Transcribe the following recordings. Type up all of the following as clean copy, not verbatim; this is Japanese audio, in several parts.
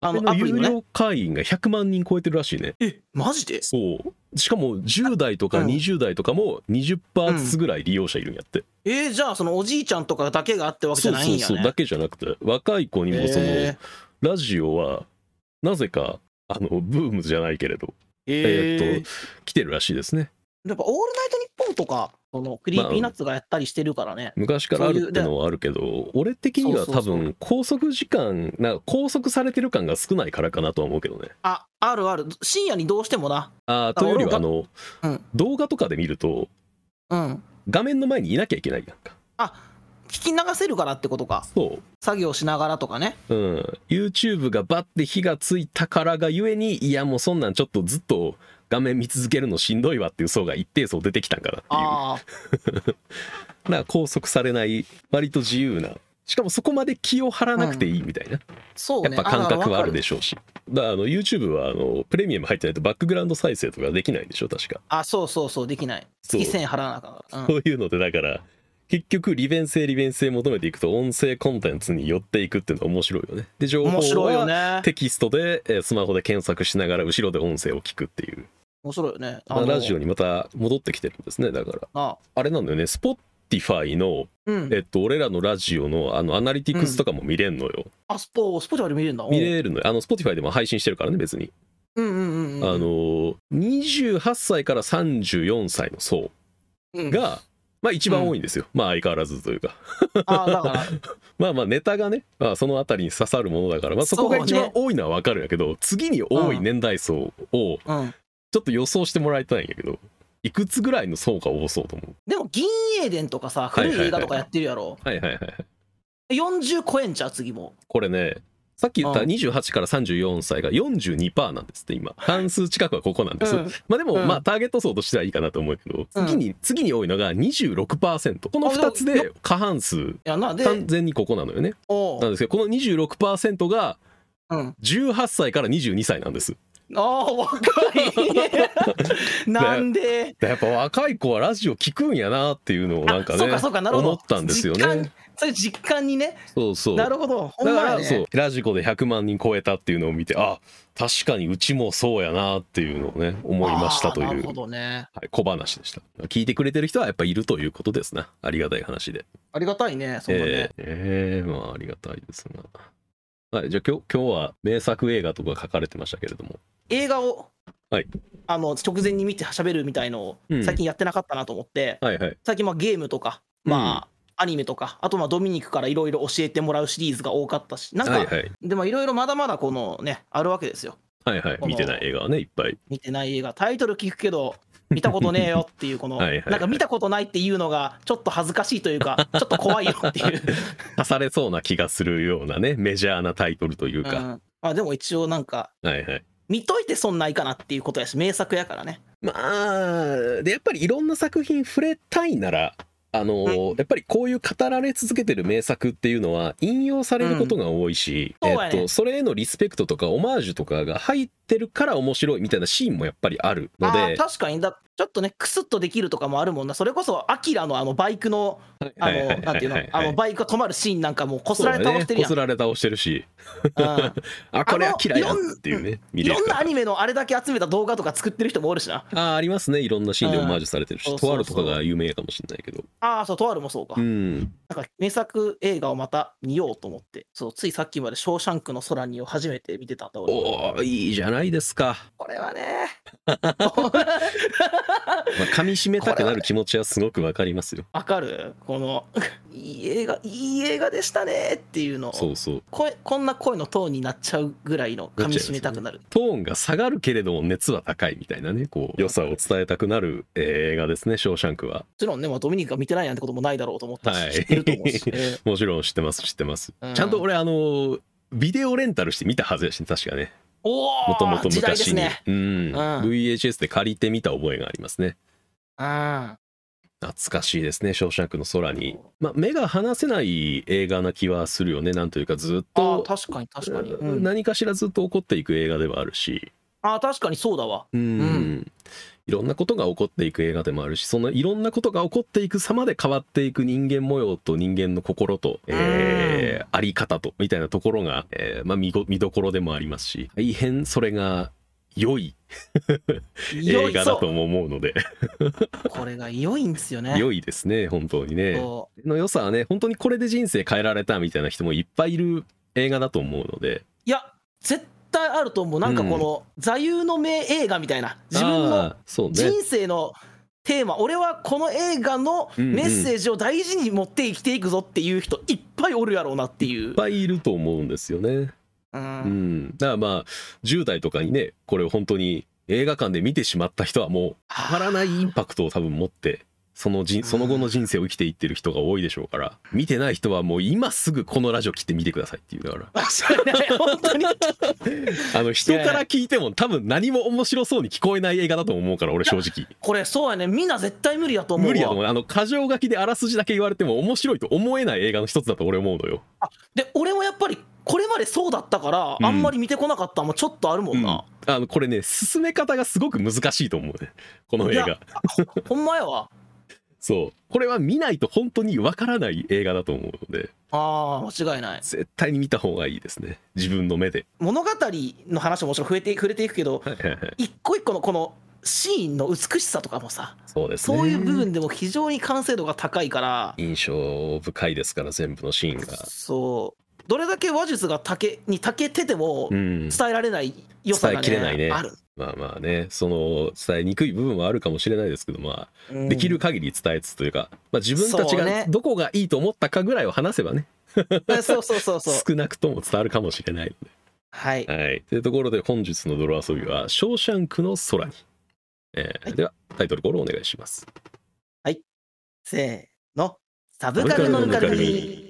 あの有アプリのね。 料会員が100万人超えてるらしいね。 マジで？ そうしかも10代とか20代とかも 20% ずつぐらい利用者いるんやって、 じゃあそのおじいちゃんとかだけがあってわけじゃないんやね。 そうだけじゃなくて若い子にもそのラジオはなぜかブームじゃないけれど来てるらしいですね。 やっぱ「オールナイトニッポン」とかそのクリーピーナッツがやったりしてるからね、 昔からあるってのはあるけど、俺的には多分拘束時間拘束されてる感が少ないからかなとは思うけどね。 あるある、深夜にどうしてもな。 というよりは動画とかで見ると、画面の前にいなきゃいけないやんか。 聞き流せるからってことか。 そう作業しながらとかね。 YouTube がバッて火がついたからがゆえに、いやもうそんなんちょっとずっと画面見続けるのしんどいわっていう層が一定層出てきたんかなっていう。だから拘束されない割と自由な、しかもそこまで気を張らなくていいみたいな、 そうね、 やっぱ感覚はあるでしょうし。だから YouTube はプレミアム入ってないとバックグラウンド再生とかできないでしょ確か。 そうできない。月1000円払わなあかんから、 そういうので、だから結局利便性求めていくと音声コンテンツに寄っていくっていうのは面白いよね。で情報はテキストでスマホで検索しながら後ろで音声を聞くっていう。 面白いよね。 ラジオにまた戻ってきてるんですね。だからあれなんだよね、Spotify の、俺らのラジオのアナリティクスとかも見れんのよ。 Spotify で見れるんだ。 見れるのよ。Spotify でも配信してるからね別に。28歳から34歳の層が、一番多いんですよ。相変わらずというか。 だからまあネタがね、そのあたりに刺さるものだから、そこが一番多いのは分かるんやけど、次に多い年代層をちょっと予想してもらいたいんやけど、いくつぐらいの層が多そうと思う？ でも銀英伝とかさ、古い映画とかやってるやろ。40超えんちゃう次も。 これね、さっき言った28から34歳が 42% なんですって今。半数近くはここなんです。でもターゲット層としてはいいかなと思うけど、次に多いのが 26%。この2つで過半数完全にここなのよね。なんですけど、この 26% が18歳から22歳なんです。 若いなんでやっぱ若い子はラジオ聞くんやなっていうのをなんかね思ったんですよね。 そういう実感にね。 そうなるほど。 だからラジコで100万人超えたっていうのを見て、確かにうちもそうやなっていうのをね思いましたという、 なるほどね、 小話でした。聞いてくれてる人はやっぱいるということですな。ありがたい話で。 ありがたいね。そうだね。 ありがたいですな。じゃあ今日は名作映画とか書かれてましたけれども、 映画を直前に見て喋るみたいのを最近やってなかったなと思って、最近ゲームとかアニメとか、あとドミニクからいろいろ教えてもらうシリーズが多かったし、なんかでもいろいろまだまだこのねあるわけですよ。 見てない映画はねいっぱい。 見てない映画、タイトル聞くけど見たことねえよっていう、このなんか見たことないっていうのがちょっと恥ずかしいというかちょっと怖いよっていう刺されそうな気がするようなねメジャーなタイトルというか、 でも一応なんか見といて損ないかなっていうことやし、名作やからね。 でやっぱりいろんな作品触れたいならやっぱりこういう語られ続けてる名作っていうのは引用されることが多いし、それへのリスペクトとかオマージュとかが入ってるから面白いみたいなシーンもやっぱりあるので、 確かにちょっとねクスッとできるとかもあるもんな。それこそアキラのバイクのなんていうの、バイクが止まるシーンなんかもうこすられ倒してるやん。 こすられ倒してるしこれアキラやんっていうね。 いろんなアニメのあれだけ集めた動画とか作ってる人もおるしな。 ありますね。いろんなシーンでオマージュされてるし、とあるとかが有名かもしれないけど、 そうとあるもそうか。なんか名作映画をまた見ようと思って、ついさっきまで「ショーシャンクの空に」を初めて見てたんだ。 いいじゃないですか。 これはね噛み締めたくなる気持ちはすごくわかりますよ。 わかる。このいい映画でしたねっていうのを、こんな声のトーンになっちゃうぐらいの噛み締めたくなる。 トーンが下がるけれども熱は高いみたいなね、良さを伝えたくなる映画ですね、ショーシャンクは。もちろんね、ドミニクが見てないなんてこともないだろうと思ったし、知ってると思うし、 もちろん知ってます。ちゃんと俺ビデオレンタルして見たはずやしね、確かね。もともと昔に、VHS で借りてみた覚えがありますね。懐かしいですね、ショーシャンクの空に。目が離せない映画な気はするよね。なんというかずっと確かに何かしらずっと起こっていく映画ではあるし、 確かにそうだわ。 いろんなことが起こっていく映画でもあるし、そのいろんなことが起こっていく様で変わっていく人間模様と人間の心と、あり方とみたいなところが、見どころでもありますし、大変それが良い映画だとも思うのでこれが良いんですよね。 良いですね、本当にね。の良さはね、本当にこれで人生変えられたみたいな人もいっぱいいる映画だと思うので。 いや絶対あると思う。なんかこの座右の銘映画みたいな、自分の人生のテーマ、俺はこの映画のメッセージを大事に持って生きていくぞっていう人いっぱいおるやろうなっていう。 いっぱいいると思うんですよね。だからまあ10代とかにね、これを本当に映画館で見てしまった人はもう変わらないインパクトを多分持ってその後の人生を生きていってる人が多いでしょうから、見てない人はもう今すぐこのラジオ切って見てくださいっていう。だから本当に人から聞いても多分何も面白そうに聞こえない映画だと思うから、俺正直これそうやね、みんな絶対無理やと思うわ。 無理やと思う。箇条書きであらすじだけ言われても面白いと思えない映画の一つだと俺思うのよ。 で俺もやっぱりこれまでそうだったから、あんまり見てこなかったのもちょっとあるもんな。 これね、進め方がすごく難しいと思うね、この映画。 ほんまやわ。 そう、これは見ないと本当にわからない映画だと思うので、 間違いない。 絶対に見た方がいいですね、自分の目で。 物語の話ももちろん触れていくけど、一個一個のこのシーンの美しさとかもさ、 そうですね、 そういう部分でも非常に完成度が高いから印象深いですから、全部のシーンが。 そうどれだけ話術が長けてても伝えられない良さがね、 伝えきれないね。 ある。 まあね、その伝えにくい部分はあるかもしれないですけど、できる限り伝えつつというか、自分たちがどこがいいと思ったかぐらいを話せばねそう少なくとも伝わるかもしれないので。はい、というところで本日の泥遊びは「ショーシャンクの空に」ではタイトルコールお願いします。 はい、せーの、サブカルのぬかるみ。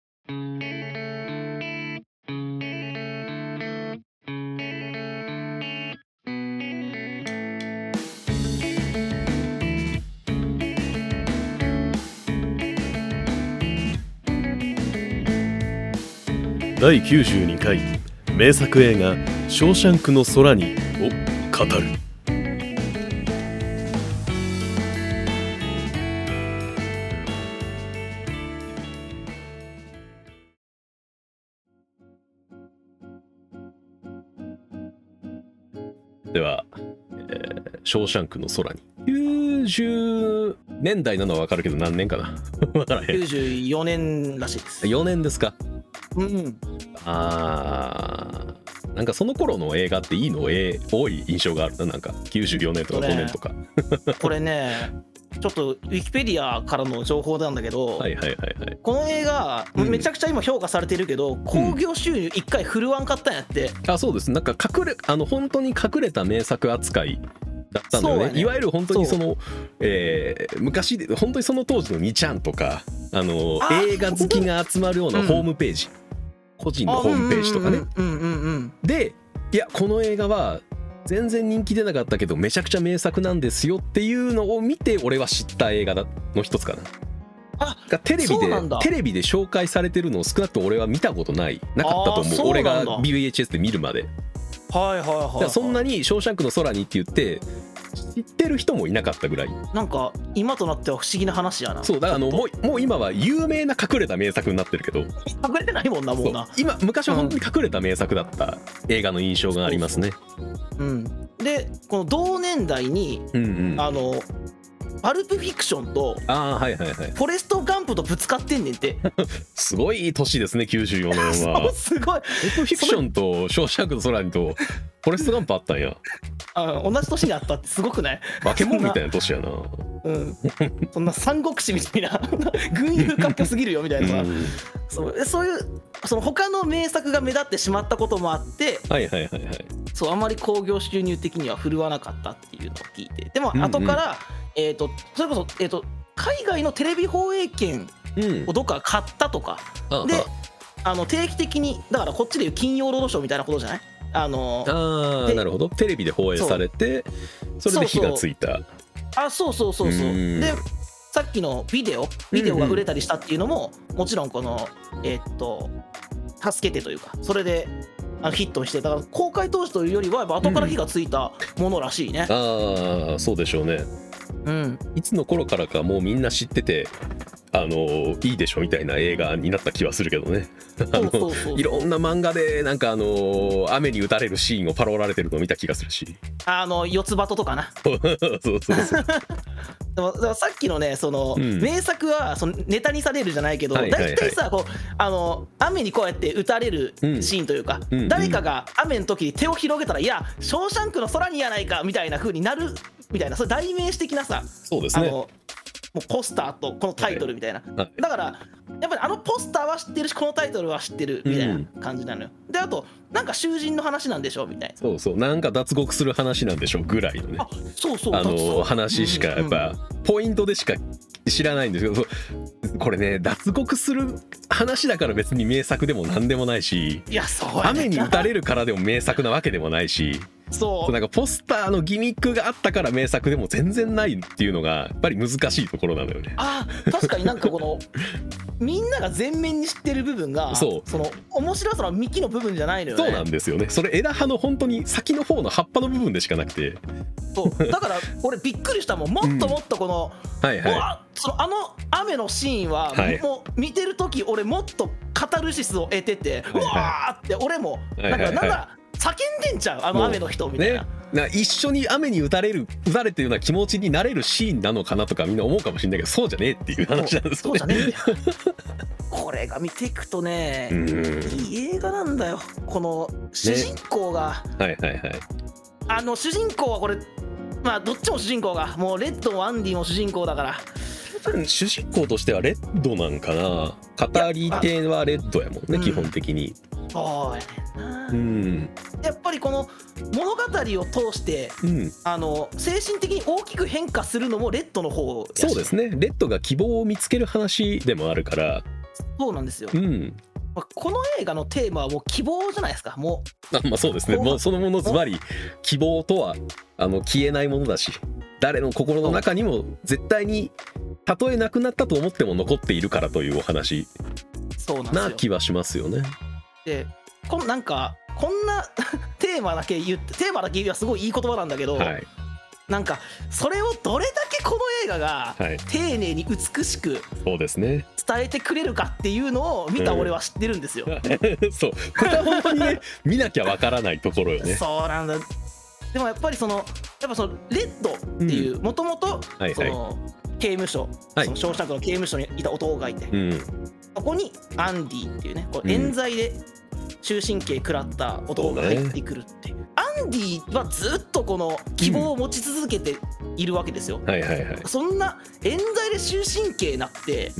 第92回名作映画「ショーシャンクの空に」を語る。では、ショーシャンクの空に。90年代なのは分かるけど何年かな分からへん。 94年らしいです。 4年ですか。なんかその頃の映画っていいの多い印象があるな。なんか94年とか5年とかこれねちょっとウィキペディアからの情報なんだけど、この映画めちゃくちゃ今評価されてるけど、興行収入1回振るわんかったんやって。 そうです。なんか本当に隠れた名作扱いだったんだよね。いわゆる本当にその昔で本当にその当時の2ちゃんとか映画好きが集まるようなホームページ、個人のホームページとかね。で、いやこの映画は全然人気出なかったけどめちゃくちゃ名作なんですよっていうのを見て俺は知った映画の一つかな。テレビで紹介されてるのを少なくとも俺は見たことなかったと思う。俺が VHS で見るまで。そんなに「ショーシャンクの空に」って言って知ってる人もいなかったぐらい。 なんか今となっては不思議な話やな。 そうだからもう今は有名な隠れた名作になってるけど、 隠れてないもんな。もうな昔は本当に隠れた名作だった映画の印象がありますね。 でこの同年代にパルプフィクションとフォレストガンプとぶつかってんねんてすごい年ですね94年は。 すごい。 パルプフィクションとショーシャンクの空にとフォレストガンプあったんや。 同じ年にあったってすごくない？ 化け物みたいな年やな。 そんな三国志みたいな群雄割拠すぎるよみたいなそういうその他の名作が目立ってしまったこともあってそうあまり興行収入的には振るわなかったっていうのを聞いて、でも後からそれこそ海外のテレビ放映権をどっか買ったとかで定期的にだからこっちでいう金曜ロードショーみたいなことじゃない？ なるほど。テレビで放映されてそれで火がついた。 そうでさっきのビデオが売れたりしたっていうのももちろんこの助けてというかそれでヒットして、だから公開当時というよりはやっぱ後から火がついたものらしいね。 ああ、そうでしょうね。いつの頃からかもうみんな知ってていいでしょみたいな映画になった気はするけどね。いろんな漫画でなんか雨に打たれるシーンをパロられてるのを見た気がするし、 四つ葉とかな。 そうでもさっきのねその、名作はそのネタにされるじゃないけど、大体さこう雨にこうやって打たれるシーンというか、誰かが雨の時に手を広げたら、いやショーシャンクの空にやないかみたいな風になるみたいな、それ代名詞的なさ、 そうですね、 もうポスターとこのタイトルみたいな、だからやっぱりポスターは知ってるしこのタイトルは知ってるみたいな感じなのよ。であとなんか囚人の話なんでしょみたいな、 そうそう、なんか脱獄する話なんでしょぐらいのね、話しかやっぱポイントでしか知らないんですけど、これね脱獄する話だから別に名作でもなんでもないし、 いやそうやね、 雨に打たれるからでも名作なわけでもないし、そうなんかポスターのギミックがあったから名作でも全然ないっていうのがやっぱり難しいところなのよね。 確かになんかこのみんなが全面に知ってる部分がその面白さの幹の部分じゃないのよね。 そうなんですよね。それ枝葉の本当に先の方の葉っぱの部分でしかなくて、 そうだから俺びっくりしたもん。もっともっとこの、その雨のシーンは、もう見てる時俺もっとカタルシスを得てて、うわーって俺もなんか叫んでんちゃう雨の人みたいな、 一緒に雨に打たれてるような気持ちになれるシーンなのかなとかみんな思うかもしれないけど、そうじゃねえっていう話なんですよね。 そうじゃねえこれが見ていくとね、いい映画なんだよ。この主人公が、主人公はこれどっちも主人公がもうレッドもアンディも主人公だから、 主人公としてはレッドなんかな。語り手はレッドやもんね、基本的に。 そうやねんな、やっぱりこの物語を通して、精神的に大きく変化するのもレッドの方やし。 そうですね、レッドが希望を見つける話でもあるから。 そうなんですよ、この映画のテーマはもう希望じゃないですか。もうそうですね、もうそのものズバリ希望とは消えないものだし、誰の心の中にも絶対にたとえなくなったと思っても残っているからというお話な気はしますよね。 でなんかこんなテーマだけ言うはすごいいい言葉なんだけど、なんかそれをどれだけこの映画が丁寧に美しく伝えてくれるかっていうのを見た俺は知ってるんですよ。 そうこれは本当にね見なきゃわからないところよね。 そうなんだ。でもやっぱりそのレッドっていうもともとその刑務所、そのショーシャンクの刑務所にいた男がいて、そこにアンディっていうね、こう冤罪で終身刑食らった男が入ってくるっていう、アンディはずっとこの希望を持ち続けているわけですよ。そんな冤罪で終身刑なって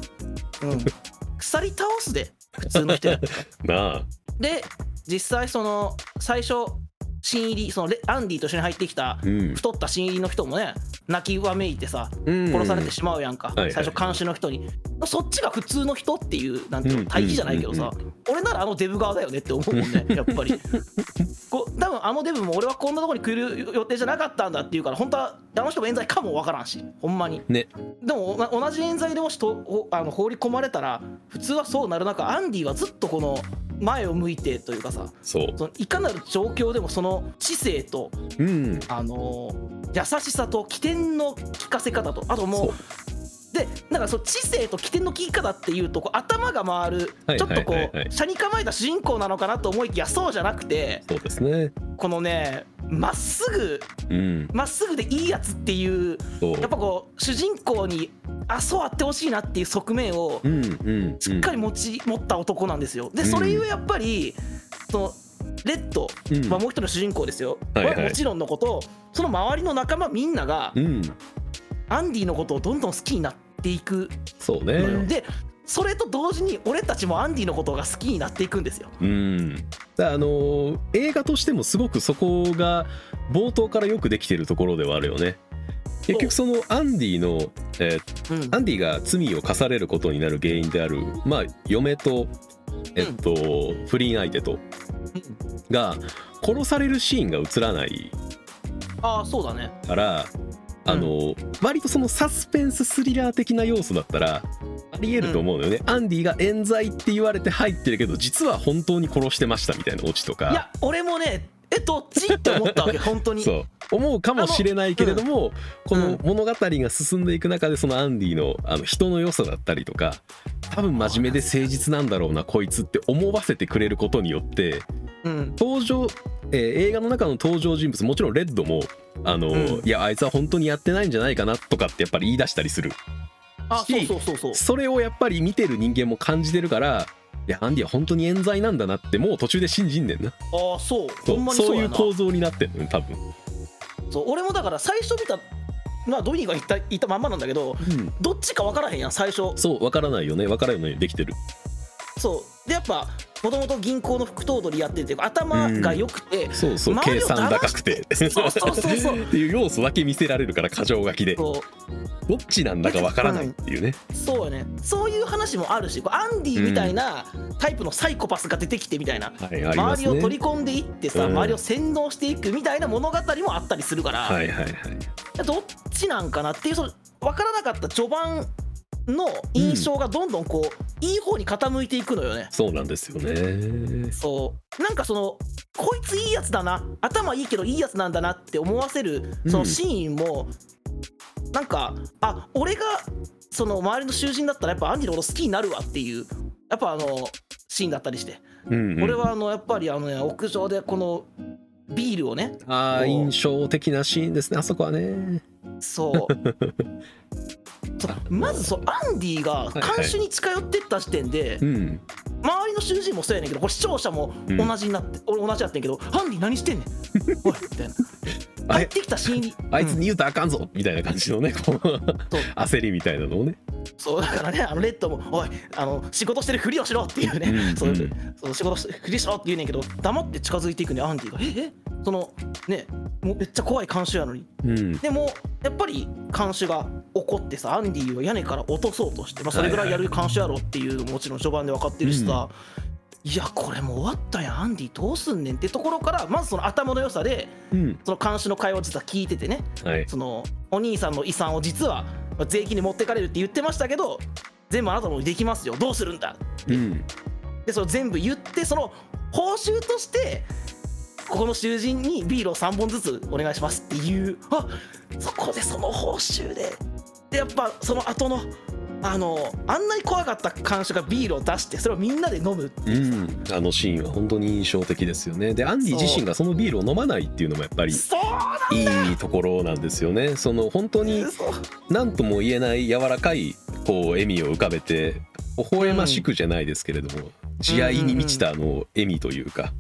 腐り倒すで普通の人やったで実際その最初新入りそのアンディと一緒に入ってきた太った新入りの人もね泣きわめいてさ殺されてしまうやんか、最初監視の人に。そっちが普通の人っていうなんていうの対比じゃないけどさ、俺ならデブ側だよねって思うもんねやっぱり。多分デブも俺はこんなとこに来る予定じゃなかったんだって言うから、本当はあの人も冤罪かもわからんし、ほんまにね。でも同じ冤罪でもし放り込まれたら普通はそうなる中、アンディはずっとこの前を向いてというかさ、そのいかなる状況でもその知性と、優しさと起点の聞かせ方と、あともうでなんかその知性と起点の聞き方っていうとこう頭が回るちょっとこう車に構えた主人公なのかなと思いきやそうじゃなくて、 そうですね、 このねまっすぐでいいやつっていう、やっぱこう主人公にそうあってほしいなっていう側面をしっかり持った男なんですよ。でそれゆえやっぱりそのレッド、もう一人の主人公ですよ、もちろんのことその周りの仲間みんなが、アンディのことをどんどん好きになっていくのよ。でそれと同時に俺たちもアンディのことが好きになっていくんですよ。 映画としてもすごくそこが冒頭からよくできてるところではあるよね。結局そのアンディの、アンディが罪を課されることになる原因である、嫁と、不倫相手とが殺されるシーンが映らないそうだねから、割とそのサスペンススリラー的な要素だったらり得ると思うのよね、アンディが冤罪って言われて入ってるけど実は本当に殺してましたみたいなオチとか。 いや俺もねどっちって思ったわけ本当に。 そう思うかもしれないけれども、この物語が進んでいく中でそのアンディの人の良さだったりとか、多分真面目で誠実なんだろうなこいつって思わせてくれることによって、登場、映画の中の登場人物もちろんレッドもいやあいつは本当にやってないんじゃないかなとかってやっぱり言い出したりする。それをやっぱり見てる人間も感じてるから、いやアンディは本当に冤罪なんだなってもう途中で信じんねんな。そういう構造になってんのよ多分。 そう俺もだから最初見たドミニクが言ったまんまなんだけど、どっちか分からへんやん最初。 そう分からないよね、分からないようにできてる。 そうでやっぱもともと銀行の副頭取やってて頭が良くて、 そう計算高くてっていう要素だけ見せられるから箇条書きで、どっちなんだかわからないっていうね、 そうよね。そういう話もあるし、アンディみたいなタイプのサイコパスが出てきてみたいな、周りを取り込んでいってさ、周りを洗脳していくみたいな物語もあったりするから、どっちなんかなっていう、分からなかった序盤の印象がどんどんこう、いい方に傾いていくのよね。 そうなんですよね。 そうなんかこいついいやつだな、頭いいけどいいやつなんだなって思わせるそのシーンも、なんか俺がその周りの囚人だったらやっぱアンディのこと好きになるわっていうやっぱシーンだったりして、俺はやっぱり屋上でこのビールをね、 印象的なシーンですねあそこはね。 まずアンディが看守に近寄ってった時点で、周りの囚人もそうやねんけど、これ視聴者も同じになって、俺同じやってんけど、アンディ何してんねんおいみたいな入ってきたシーンにあいつに言うたらあかんぞみたいな感じのね焦りみたいなのをね。 そうだからね、レッドもおい仕事してるふりをしろっていうね、その仕事してるふりしろって言うねんけど、黙って近づいていくねアンディがね、もうめっちゃ怖い看守やのに、でもやっぱり看守が怒ってさ、アンディを屋根から落とそうとして、それぐらいやる看守やろっていうのももちろん序盤で分かってるしさ、いやこれもう終わったやんアンディどうすんねんってところから、まずその頭の良さで、その看守の会話を実は聞いててね、そのお兄さんの遺産を実は税金に持ってかれるって言ってましたけど、全部あなたもできますよどうするんだって、でそれ全部言って、その報酬としてここの囚人にビールを3本ずつお願いしますっていう、そこでその報酬でやっぱその後のあんなに怖かった看守がビールを出してそれをみんなで飲むっていう、 あのシーンは本当に印象的ですよね。でアンディ自身がそのビールを飲まないっていうのもやっぱりいいところなんですよね。その本当に何とも言えない柔らかいこう笑みを浮かべて、微笑ましくじゃないですけれども、慈愛に満ちた笑みというか、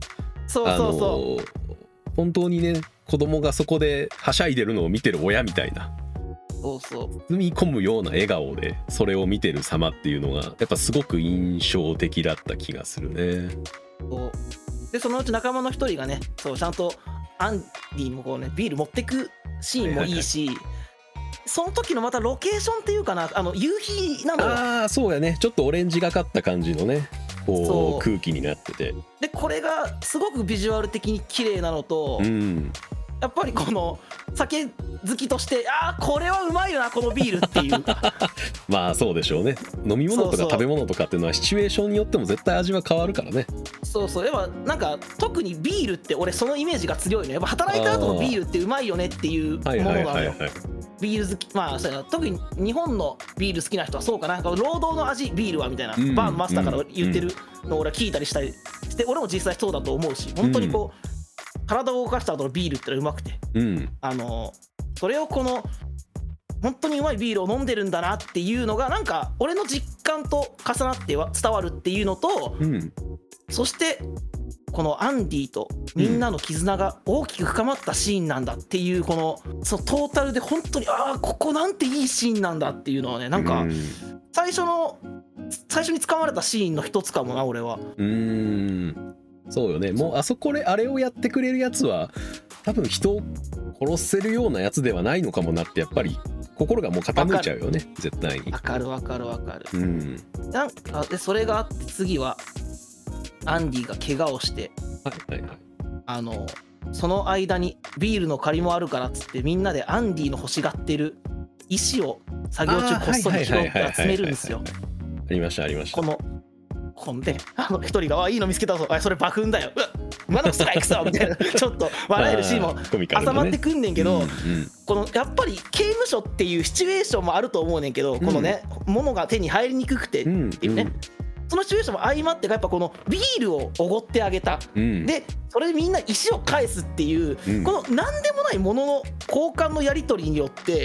本当にね子供がそこではしゃいでるのを見てる親みたいな、包み込むような笑顔でそれを見てる様っていうのがやっぱすごく印象的だった気がするね。 でそのうち仲間の一人がね、ちゃんとアンディもこうねビール持ってくシーンもいいし、その時のまたロケーションっていうかな、夕日なのよ。 そうやね、ちょっとオレンジがかった感じのねこう空気になってて、 でこれがすごくビジュアル的に綺麗なのと、やっぱりこの酒好きとしてこれはうまいよなこのビールっていうまあそうでしょうね。飲み物とか食べ物とかっていうのはシチュエーションによっても絶対味は変わるからね。 やっぱなんか特にビールって俺そのイメージが強いの。やっぱ働いた後のビールってうまいよねっていうものなのよ。ビール好き、そうやな、特に日本のビール好きな人はそうかな、労働の味ビールはみたいな、バーンマスターから言ってるのを俺は聞いたりしたりして、俺も実際そうだと思うし、本当にこう、体を動かした後のビールってのはうまくて、それをこの本当にうまいビールを飲んでるんだなっていうのがなんか俺の実感と重なって伝わるっていうのと、そしてこのアンディとみんなの絆が大きく深まったシーンなんだっていう、このトータルで本当にここなんていいシーンなんだっていうのはね、なんか最初に使われたシーンの一つかもな俺は。 そうよね。もうあそこであれをやってくれるやつは多分人を殺せるようなやつではないのかもなって、やっぱり心がもう傾いちゃうよね絶対に。わかる。なんかでそれがあって次はアンディが怪我をして、その間にビールの借りもあるからっつってみんなでアンディの欲しがってる石を作業中こっそり拾って集めるんですよ。 ありましたありました。 こんで一人がいいの見つけたぞ、それバフンだよ、馬のストライクさみたいなちょっと笑えるシーンも挟まってくんねんけど、このやっぱり刑務所っていうシチュエーションもあると思うねんけど、このね物が手に入りにくくてっていうね、そのシチュエーションも相まってやっぱこのビールをおごってあげた、でそれでみんな石を返すっていう、この何でもないものの交換のやり取りによって、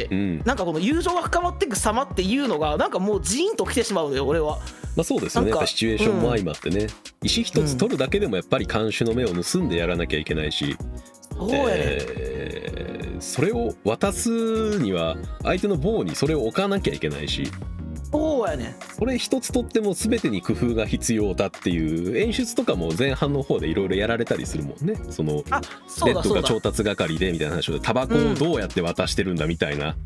なんかこの友情が深まっていく様っていうのがなんかもうジーンときてしまうのよ俺は。 まあそうですよね、やっぱシチュエーションも相まってね、石一つ取るだけでもやっぱり看守の目を盗んでやらなきゃいけないし、 そうやね、 それを渡すには相手の棒にそれを置かなきゃいけないし、 そうやね、 それ一つとっても全てに工夫が必要だっていう演出とかも前半の方でいろいろやられたりするもんね。そのレッドが調達係でみたいな話を、タバコをどうやって渡してるんだみたいな、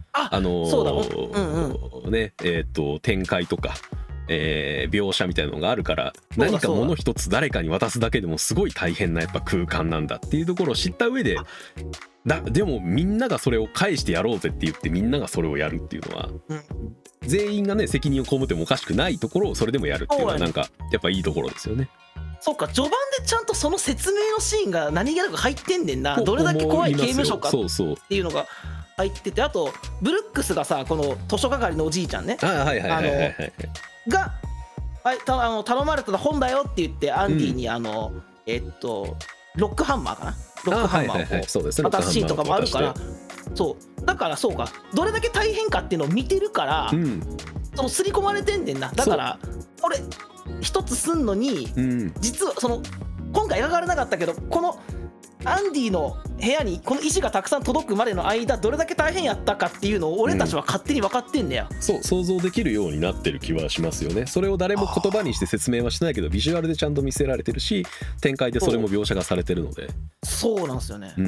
ね展開とか描写みたいなのがあるから、何か物一つ誰かに渡すだけでもすごい大変なやっぱ空間なんだっていうところを知った上で、でもみんながそれを返してやろうぜって言ってみんながそれをやるっていうのは、全員がね責任を被ってもおかしくないところをそれでもやるっていうのはなんかやっぱいいところですよね。 そうか、序盤でちゃんとその説明のシーンが何気なく入ってんねんな。どれだけ怖い刑務所かっていうのが入ってて、あとブルックスがさ、この図書係のおじいちゃんねが頼まれた本だよって言ってアンディにロックハンマーかな、ロックハンマーを渡すシーンとかもあるから、そうだからそうか、どれだけ大変かっていうのを見てるから、その刷り込まれてんねんな。だからこれ一つすんのに、実はその今回描かれなかったけど、このアンディの部屋にこの石がたくさん届くまでの間どれだけ大変やったかっていうのを俺たちは勝手に分かってんだよ、 そう想像できるようになってる気はしますよね。それを誰も言葉にして説明はしてないけどビジュアルでちゃんと見せられてるし、展開でそれも描写がされてるので、 そうなんですよね。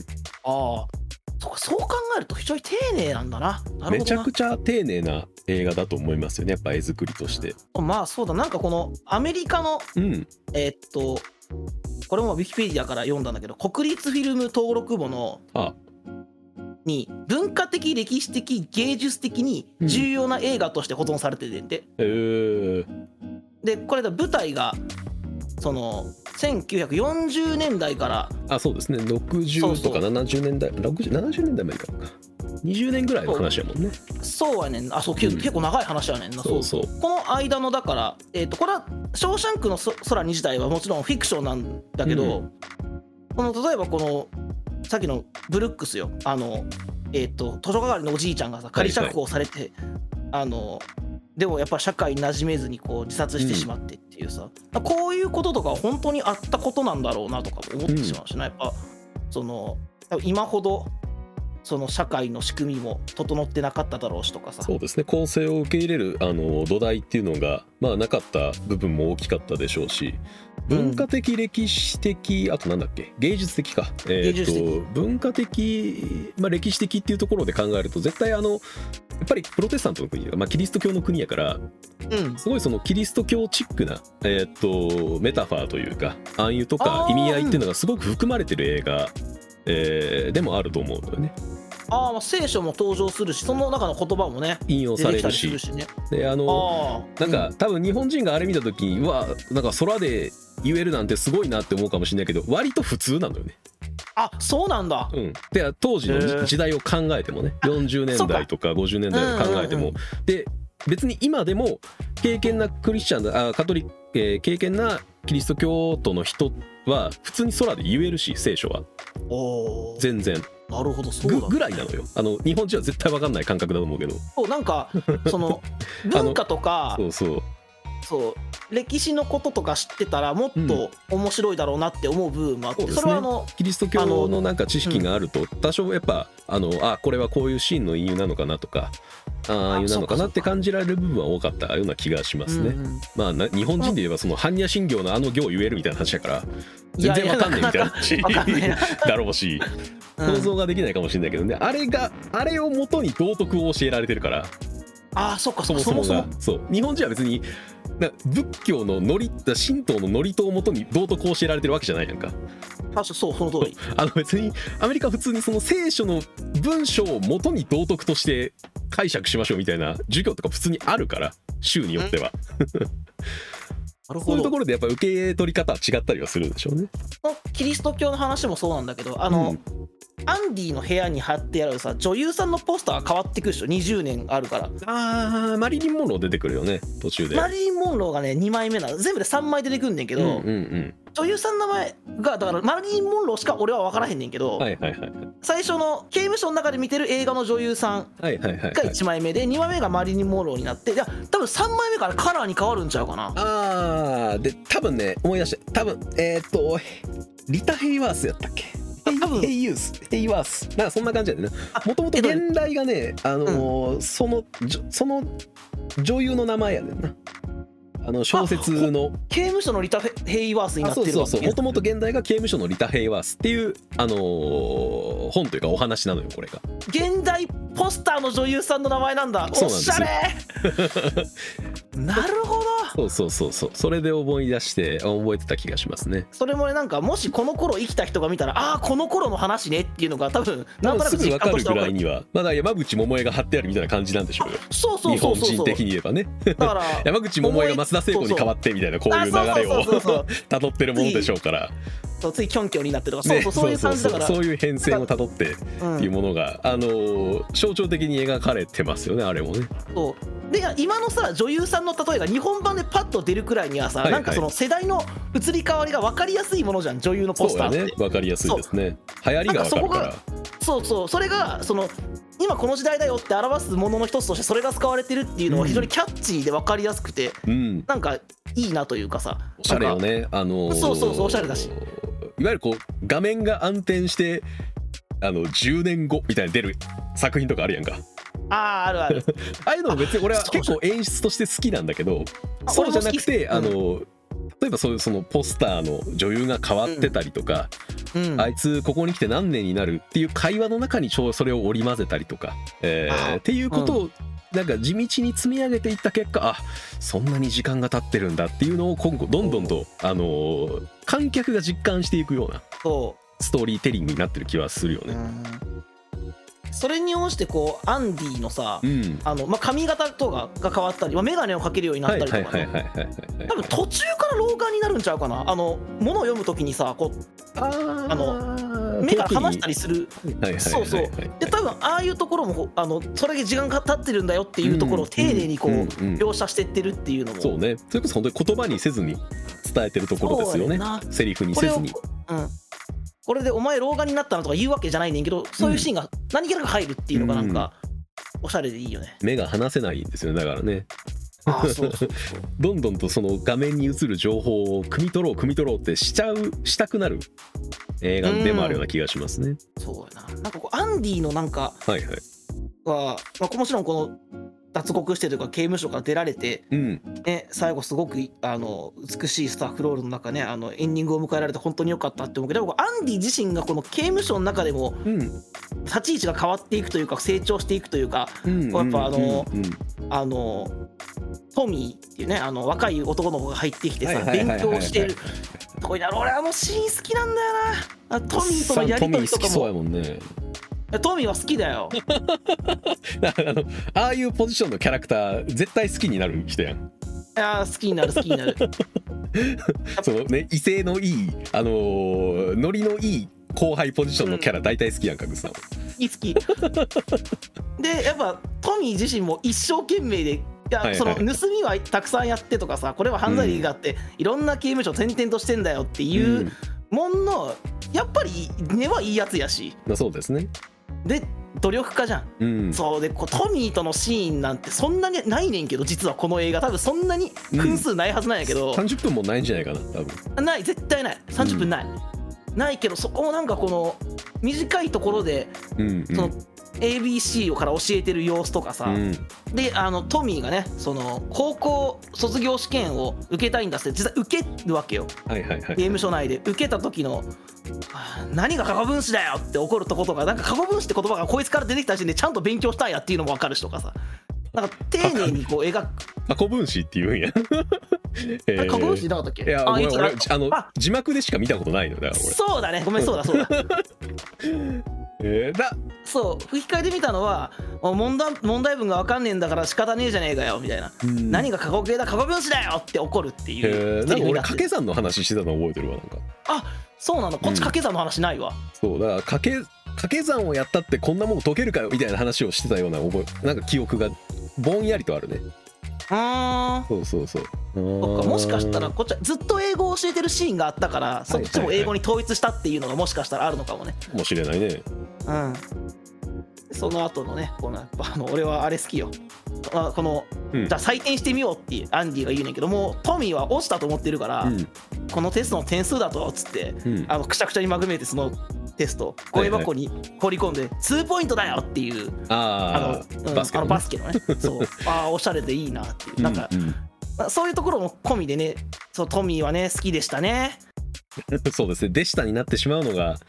そう考えると非常に丁寧なんだな。 めちゃくちゃ丁寧な映画だと思いますよね、やっぱ絵作りとして。 まあそうだ、なんかこのアメリカの、これもウィキペディアから読んだんだけど、国立フィルム登録簿のに文化的歴史的芸術的に重要な映画として保存されてるんで、でこれだ舞台がその1940年代から、 そうですね、60とか70年代70年代までか20年ぐらいの話やもんね。 そうやねん。結構長い話やねんな。この間のだから、これはショーシャンクの空に自体はもちろんフィクションなんだけど、この例えばこのさっきのブルックスよ、図書係のおじいちゃんがさ仮釈放されて、でもやっぱ社会に馴染めずにこう自殺してしまってっていうさ、こういうこととか本当にあったことなんだろうなとか思ってしまうしな、やっぱその今ほどその社会の仕組みも整ってなかっただろうしとかさ。 そうですね、公正を受け入れる土台っていうのがなかった部分も大きかったでしょうし、文化的歴史的、あとなんだっけ、芸術的か、文化的、歴史的っていうところで考えると絶対やっぱりプロテスタントの国、キリスト教の国やから、すごいそのキリスト教チックな、メタファーというか暗喩とか意味合いっていうのがすごく含まれてる映画、でもあると思うんだよね。 聖書も登場するし、その中の言葉もね引用されるし、でなんか多分日本人があれ見た時になんか空で言えるなんてすごいなって思うかもしれないけど、割と普通なのよね。 そうなんだ。 で当時の時代を考えてもね、40年代とか50年代を考えても、で別に今でも敬虔なクリスチャンカトリ敬虔なキリスト教徒の人は普通に空で言えるし、聖書は全然。 なるほど、そうだぐらいなのよ。日本人は絶対分かんない感覚だと思うけど、 なんかその文化とかそう歴史のこととか知ってたらもっと面白いだろうなって思う部分もあって、それはキリスト教のなんか知識があると多少やっぱこれはこういうシーンの隠喩なのかなとかああいうなのかなって感じられる部分は多かったような気がしますね。日本人で言えばその般若心経の行言えるみたいな話だから全然わかんないみたいな話だろうし、想像ができないかもしれないけどね、あれを元に道徳を教えられてるから。 そっか、 そもそもがそう、日本人は別に仏教の神道のノリとを元に道徳を教えられてるわけじゃないやんか。 その通り。 別にアメリカは普通にその聖書の文章を元に道徳として解釈しましょうみたいな授業とか普通にあるから、 週によってはそういうところでやっぱ受け取り方は違ったりはするんでしょうね。 キリスト教の話もそうなんだけど、アンディの部屋に貼ってあるさ女優さんのポスターが変わってくるでしょ、20年あるから。 マリリン・モンロー出てくるよね途中で。 マリリン・モンローがね2枚目なの、全部で3枚出てくんねんけど、女優さんの名前がだからマリリン・モンローしか俺は分からへんねんけど、最初の刑務所の中で見てる映画の女優さんが1枚目で、2枚目がマリリン・モンローになって、いや多分3枚目からカラーに変わるんちゃうかな。 で多分ね思い出して、多分リタ・ヘイワースやったっけ、ヘイユース、ヘイワース、なんかそんな感じやでね。もともと現代がね、その女優の名前やねんな。小説の刑務所のリタ・ヘイワースになってるわけ。 そうもともと現代が刑務所のリタ・ヘイワースっていう本というかお話なのよこれが。 現代ポスターの女優さんの名前なんだ。おしゃれなるほど。 そうそれで思い出して覚えてた気がしますね。 それもね、なんかもしこの頃生きた人が見たら、ああこの頃の話ねっていうのが多分なんとなくすぐ分かるぐらいには、まだ山口百恵が貼ってあるみたいな感じなんでしょうよ。 そう日本人的に言えばね。だから山口百恵が松田聖子に変わってみたいなこういう流れを辿ってるものでしょうから。 ついキョンキョンになってるとか、そういう感じだから、 そういう変遷をたどってっていうものが、象徴的に描かれてますよねあれもね。 そうで今のさ女優さんの例えが日本版でパッと出るくらいにはさ、なんかその世代の移り変わりが分かりやすいものじゃん、女優のポスターって。 そうね、分かりやすいですね。流行りが分かるから。 それがその今この時代だよって表すものの一つとしてそれが使われてるっていうのは非常にキャッチーで分かりやすくて、なんかいいなというかさ、 おしゃれよね。 そうおしゃれだし、 いわゆるこう画面が暗転して10年後みたいに出る作品とかあるやんか。 あるあるああいうの別に俺は結構演出として好きなんだけど、そうじゃなくて例えばそういうそのポスターの女優が変わってたりとか、あいつここに来て何年になるっていう会話の中にそれを織り交ぜたりとか、っていうことをなんか地道に積み上げていった結果、そんなに時間が経ってるんだっていうのを今後どんどんと観客が実感していくようなストーリーテリングになってる気はするよね。 それに応じてこうアンディのさ、髪型とかが変わったり、眼鏡をかけるようになったりとか、多分途中から老眼になるんちゃうかな。物を読むときにさこう目から離したりする。そうで多分ああいうところもそれだけ時間が経ってるんだよっていうところを丁寧にこう描写してってるっていうのも、 そうね、それこそ本当に言葉にせずに伝えてるところですよね。セリフにせずに。 これでお前老眼になったのとか言うわけじゃないねんけど、そういうシーンが何気なく入るっていうのがなんかおしゃれでいいよね。 目が離せないんですよね、だからね。どんどんとその画面に映る情報を汲み取ろうってしたくなる映画でもあるような気がしますね。 そうやな。なんかこうアンディのなんかは、もちろんこの脱獄してというか刑務所から出られて、最後すごく美しいスタッフロールの中ね、エンディングを迎えられて本当に良かったって思うけど、アンディ自身がこの刑務所の中でも立ち位置が変わっていくというか成長していくというか、やっぱトミーっていうね若い男の子が入ってきてさ勉強してるとこに俺はもうシーン好きなんだよな。トミーとのやり取りとかも。 そうやもんね。 トミーは好きだよ。 ああいうポジションのキャラクター絶対好きになる人やん。 いや好きになるそのね、威勢のいいノリのいい後輩ポジションのキャラ大体好きやんか、グッさん。 好きでやっぱトミー自身も一生懸命で、その盗みはたくさんやってとかさ、これは犯罪歴があって、いろんな刑務所転々としてんだよっていうもんの、やっぱり根はいいやつやし。 そうですね。 で努力家じゃん、そうでトミーとのシーンなんてそんなにないねんけど、実はこの映画多分そんなに分数ないはずなんやけど、 30分もないんじゃないかな多分。 ない、絶対ない30分ない、ないけど、そこもなんかこの短いところで、その ABC から教えてる様子とかさ、でトミーがねその高校卒業試験を受けたいんだって実際受けるわけよ、刑務所内で受けた時の何が過去分子だよって怒るとことか、なんか過去分子って言葉がこいつから出てきた時点でちゃんと勉強したんやっていうのも分かるしとかさ、なんか丁寧にこう描く。 過去分子って言うんや。 過去分子なかったっけ？ いや俺字幕でしか見たことないのだから俺。 そうだね、ごめん、そうだそう吹き替えで見たのは問題文が分かんねえんだから仕方ねえじゃねえかよみたいな、何が過去形だ過去分子だよって怒るっていうなんか俺掛け算の話してたの覚えてるわ。なんかそうなの、こっち掛け算の話ないわ。 そうだから掛け算をやったってこんなもの解けるかよみたいな話をしてたようななんか記憶がぼんやりとあるね。そうそっか、もしかしたらこっちはずっと英語を教えてるシーンがあったから、そっちも英語に統一したっていうのがもしかしたらあるのかもね。 もしれないね。 その後のね、このやっぱ俺はあれ好きよ。この、じゃあ採点してみようってアンディが言うねんけども、トミーは落ちたと思ってるから、このテストの点数だとっつって、くしゃくしゃにまぐめてそのテストゴミ箱に放り込んで2ポイントだよっていう、バスケのねそうおしゃれでいいなっていう、なんか、そういうところも込みでね、そうトミーはね好きでしたね。 そうですね、でしたになってしまうのが、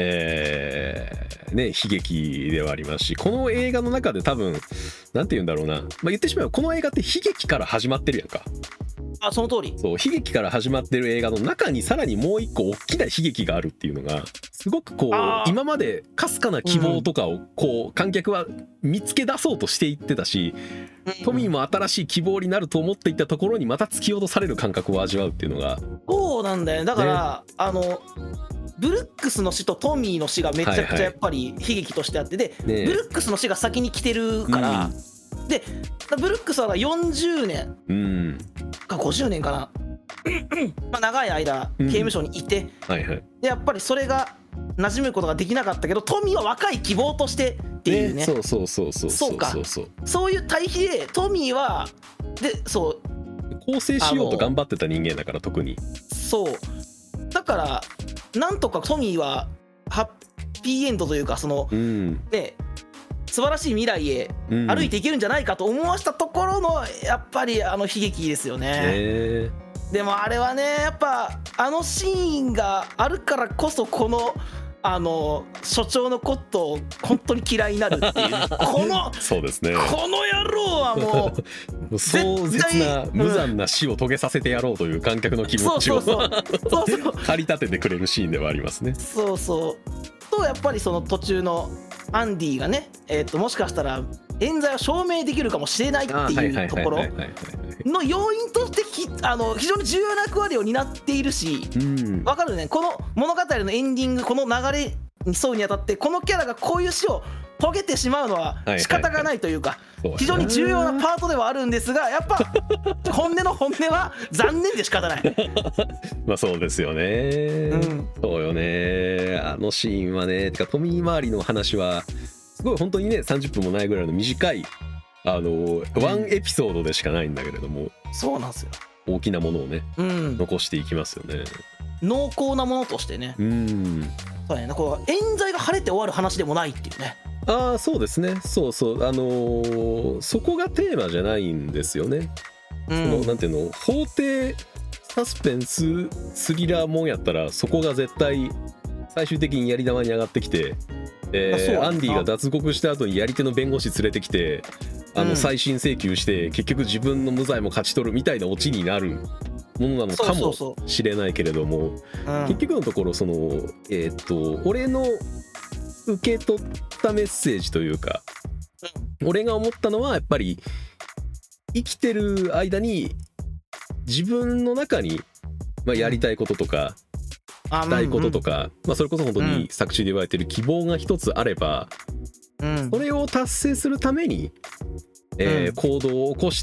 悲劇ではありますし、この映画の中で多分なんて言うんだろうな、言ってしまえばこの映画って悲劇から始まってるやんか。 その通り。 そう、悲劇から始まってる映画の中にさらにもう一個大きな悲劇があるっていうのがすごくこう今までかすかな希望とかをこう観客は見つけ出そうとしていってたし、トミーも新しい希望になると思っていたところにまた突き落とされる感覚を味わうっていうのが。 そうなんだよ。だから、ブルックスの死とトミーの死がめちゃくちゃやっぱり悲劇としてあって、で、ブルックスの死が先に来てるから、でブルックスは40年か50年かな長い間刑務所にいて、でやっぱりそれが馴染むことができなかったけど、トミーは若い希望としてっていうね。そういう対比でトミーは更生しようと頑張ってた人間だから、特にそうだからなんとかトミーはハッピーエンドというか、その、素晴らしい未来へ歩いていけるんじゃないかと思わしたところのやっぱり悲劇ですよね。でもあれはね、やっぱシーンがあるからこそこの所長のことを本当に嫌いになるっていうこのそうですね、 この野郎はもう壮絶な無残な死を遂げさせてやろうという観客の気持ちを駆り立ててくれるシーンではありますね。 とやっぱりその途中のアンディがね、もしかしたら冤罪を証明できるかもしれないっていうところの要因として非常に重要な役割を担っているし、わかるね、この物語のエンディング、この流れに沿うにあたってこのキャラがこういう死を遂げてしまうのは仕方がないというか、非常に重要なパートではあるんですが、やっぱ本音の本音は残念で仕方ない。 そうですよね、そうよね。あのシーンはね、てかトミー周りの話はすごい本当にね、30分もないぐらいの短いワンエピソードでしかないんだけれども、 そうなんですよ、 大きなものをね、残していきますよね。 濃厚なものとしてね。そうね、こう冤罪が晴れて終わる話でもないっていうね。 そうですね、そこがテーマじゃないんですよね。なんていうの、法廷サスペンススリラーもんやったらそこが絶対最終的にやり玉に上がってきて、アンディが脱獄した後にやり手の弁護士連れてきて再審請求して結局自分の無罪も勝ち取るみたいなオチになるものなのかもしれないけれども、結局のところその俺の受け取ったメッセージというか、俺が思ったのはやっぱり生きてる間に自分の中にやりたいこととかしたいこととか、それこそ本当に作中で言われてる希望が一つあれば、それを達成するために、行動を起こして、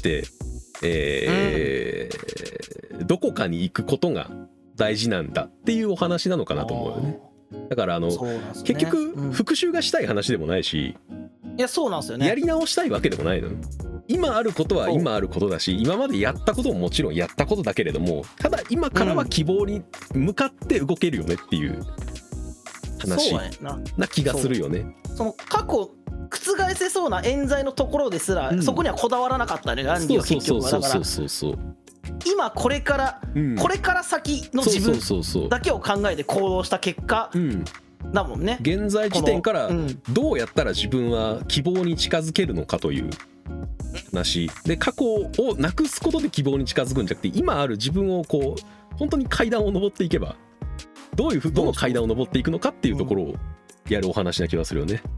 どこかに行くことが大事なんだっていうお話なのかなと思うよね。だから結局復讐がしたい話でもないし、 いやそうなんですよね、 やり直したいわけでもないの。今あることは今あることだし、今までやったことももちろんやったことだけれども、ただ今からは希望に向かって動けるよねっていう話な気がするよね。 その過去覆せそうな冤罪のところですら、そこにはこだわらなかったね、アンディは結局は。だから今これから先の自分だけを考えて行動した結果だもんね。 現在時点からどうやったら自分は希望に近づけるのかという話で、過去をなくすことで希望に近づくんじゃなくて、今ある自分をこう本当に階段を登っていけばどの階段を登っていくのかっていうところをやるお話な気がするよね。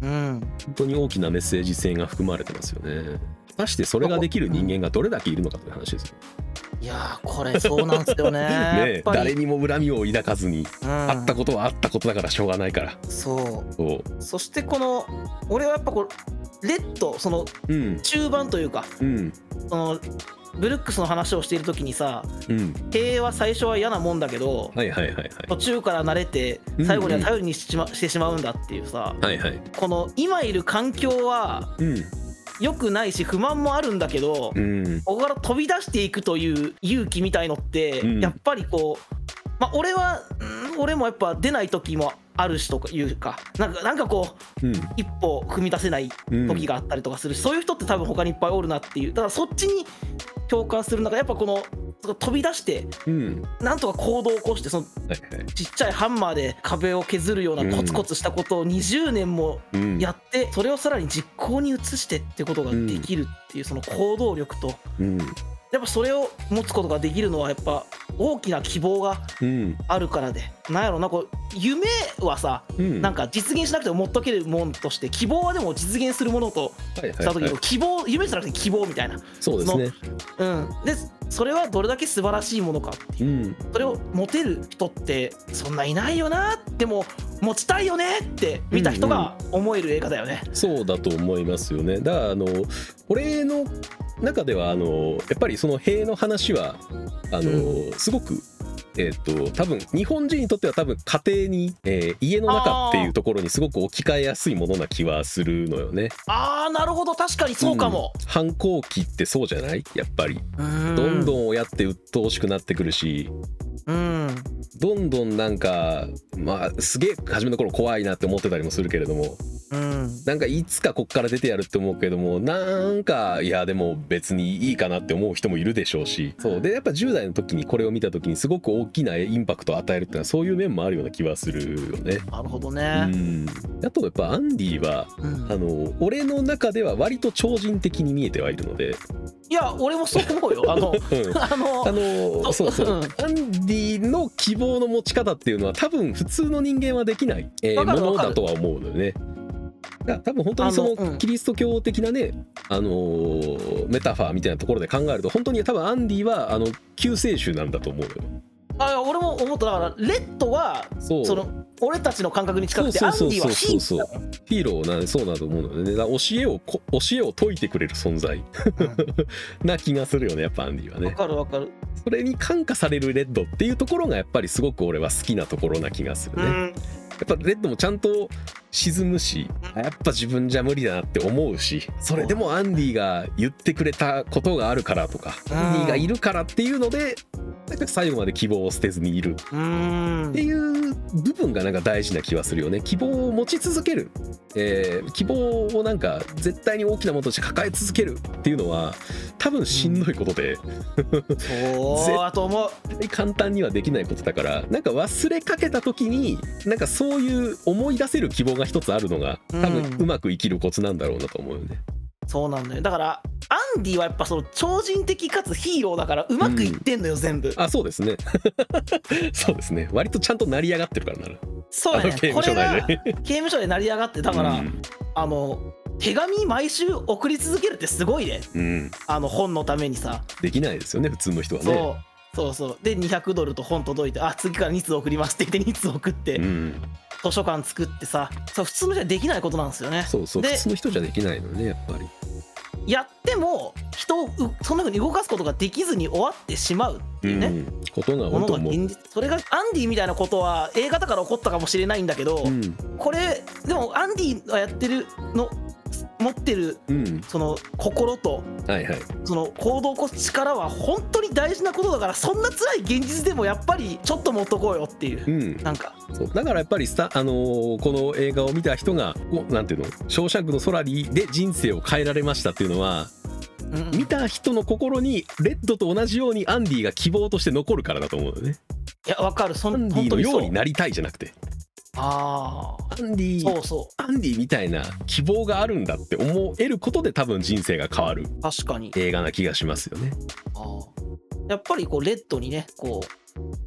本当に大きなメッセージ性が含まれてますよね。果たしてそれができる人間がどれだけいるのかという話ですよ。 いやこれそうなんですよね。 ね、誰にも恨みを抱かずに、あったことはあったことだからしょうがないから。 そしてこの俺はやっぱこうレッドその中盤というか、そのブルックスの話をしている時にさ、経営は最初は嫌なもんだけど、途中から慣れて最後には頼りにしてしまうんだっていうさ、この今いる環境は良くないし不満もあるんだけど、ここから飛び出していくという勇気みたいのって、やっぱりこう、俺もやっぱ出ない時もあるしというか、なんかこう、一歩踏み出せない時があったりとかするし、そういう人って多分他にいっぱいおるなっていう。だからそっちに共感する中、やっぱこの飛び出して、なんとか行動を起こして、そのちっちゃいハンマーで壁を削るようなコツコツしたことを20年もやって、それをさらに実行に移してってことができるっていう、その行動力と、やっぱそれを持つことができるのはやっぱ大きな希望があるからで、なんやろな、こう夢はさ、なんか実現しなくても持っとけるものとして、希望はでも実現するものとした時の希望、夢じゃなくて希望みたいな。 そうですね。 でそれはどれだけ素晴らしいものかっていう、それを持てる人ってそんないないよな、でも持ちたいよねって見た人が思える映画だよね。 そうだと思いますよね。だから俺の中ではやっぱりその塀の話はすごく多分日本人にとっては多分家庭に、家の中っていうところにすごく置き換えやすいものな気はするのよね。 なるほど、確かにそうかも。 反抗期ってそうじゃない？やっぱりどんどん親って鬱陶しくなってくるし、どんどんなんかすげえ初めの頃怖いなって思ってたりもするけれども、なんかいつかこっから出てやるって思うけども、なんかいやでも別にいいかなって思う人もいるでしょうし、そうでやっぱ10代の時にこれを見た時にすごく大きなインパクトを与えるっていうのはそういう面もあるような気はするよね。 なるほどね。 あとやっぱアンディは、俺の中では割と超人的に見えてはいるので。 いや俺もそう思うよ。 そうそう、アンディの希望の持ち方っていうのは多分普通の人間はできない、ものだとは思うのよね。多分本当にそのキリスト教的なね、メタファーみたいなところで考えると本当に多分アンディは救世主なんだと思うのよ。 俺も思った。だからレッドはその俺たちの感覚に近くて、アンディはヒーローなんで、そうなんだと思うのでね。教えを説いてくれる存在、な気がするよね、やっぱアンディはね。 わかるわかる。 それに感化されるレッドっていうところがやっぱりすごく俺は好きなところな気がするね。やっぱレッドもちゃんと沈むし、やっぱ自分じゃ無理だなって思うし、それでもアンディが言ってくれたことがあるからとか、アンディがいるからっていうのでなんか最後まで希望を捨てずにいるっていう部分がなんか大事な気はするよね。希望を持ち続ける、希望をなんか絶対に大きなものとして抱え続けるっていうのは多分しんどいことで、 そうだと思う。 絶対簡単にはできないことだから、なんか忘れかけた時になんかそういう思い出せる希望が一つあるのが多分うまく生きるコツなんだろうなと思うよね。 そうなんだよ。だからアンディはやっぱその超人的かつヒーローだからうまくいってんのよ、全部。 そうですね。そうですね。割とちゃんと成り上がってるからな。 そうやね。これが刑務所で成り上がって、だから、手紙毎週送り続けるってすごいね。本のためにさ。できないですよね、普通の人はね。 そうで$200と本届いて、次から2通送りますって言って2通送って、図書館作ってさ、普通の人はできないことなんですよね。 そう普通の人じゃできないのね、やっぱり。 やっても人をそんな風に動かすことができずに終わってしまうっていうね、 ことが多いと思う。 それがアンディみたいなことは映画だから起こったかもしれないんだけど、これでもアンディがやってるの持ってるその心とその行動を起こす力は本当に大事なことだから、そんな辛い現実でもやっぱりちょっと持っとこうよっていう、なんかそうだからやっぱりこの映画を見た人がなんていうの、ショーシャンクの空にで人生を変えられましたっていうのは、見た人の心にレッドと同じようにアンディが希望として残るからだと思うよね。 いやわかる。 アンディのようになりたいじゃなくて、 アンディみたいな希望があるんだって思えることで多分人生が変わる映画な気がしますよね。 やっぱりこうレッドにねこう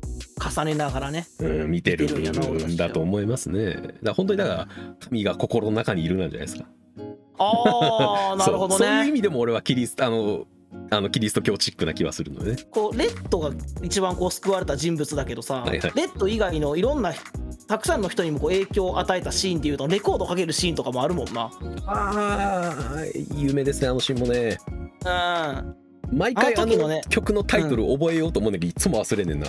重ねながらね、 見てるんだと思いますね。だから本当にだから神が心の中にいるなんじゃないですか。 ああなるほどね。 そういう意味でも俺はキリスト教チックな気はするのでね。 こうレッドが一番こう救われた人物だけどさ、レッド以外のいろんなたくさんの人にもこう影響を与えたシーンっていうとレコードかけるシーンとかもあるもんな。 有名ですね、あのシーンもね。毎回あの曲のタイトル覚えようと思うんだけどいつも忘れねんなあ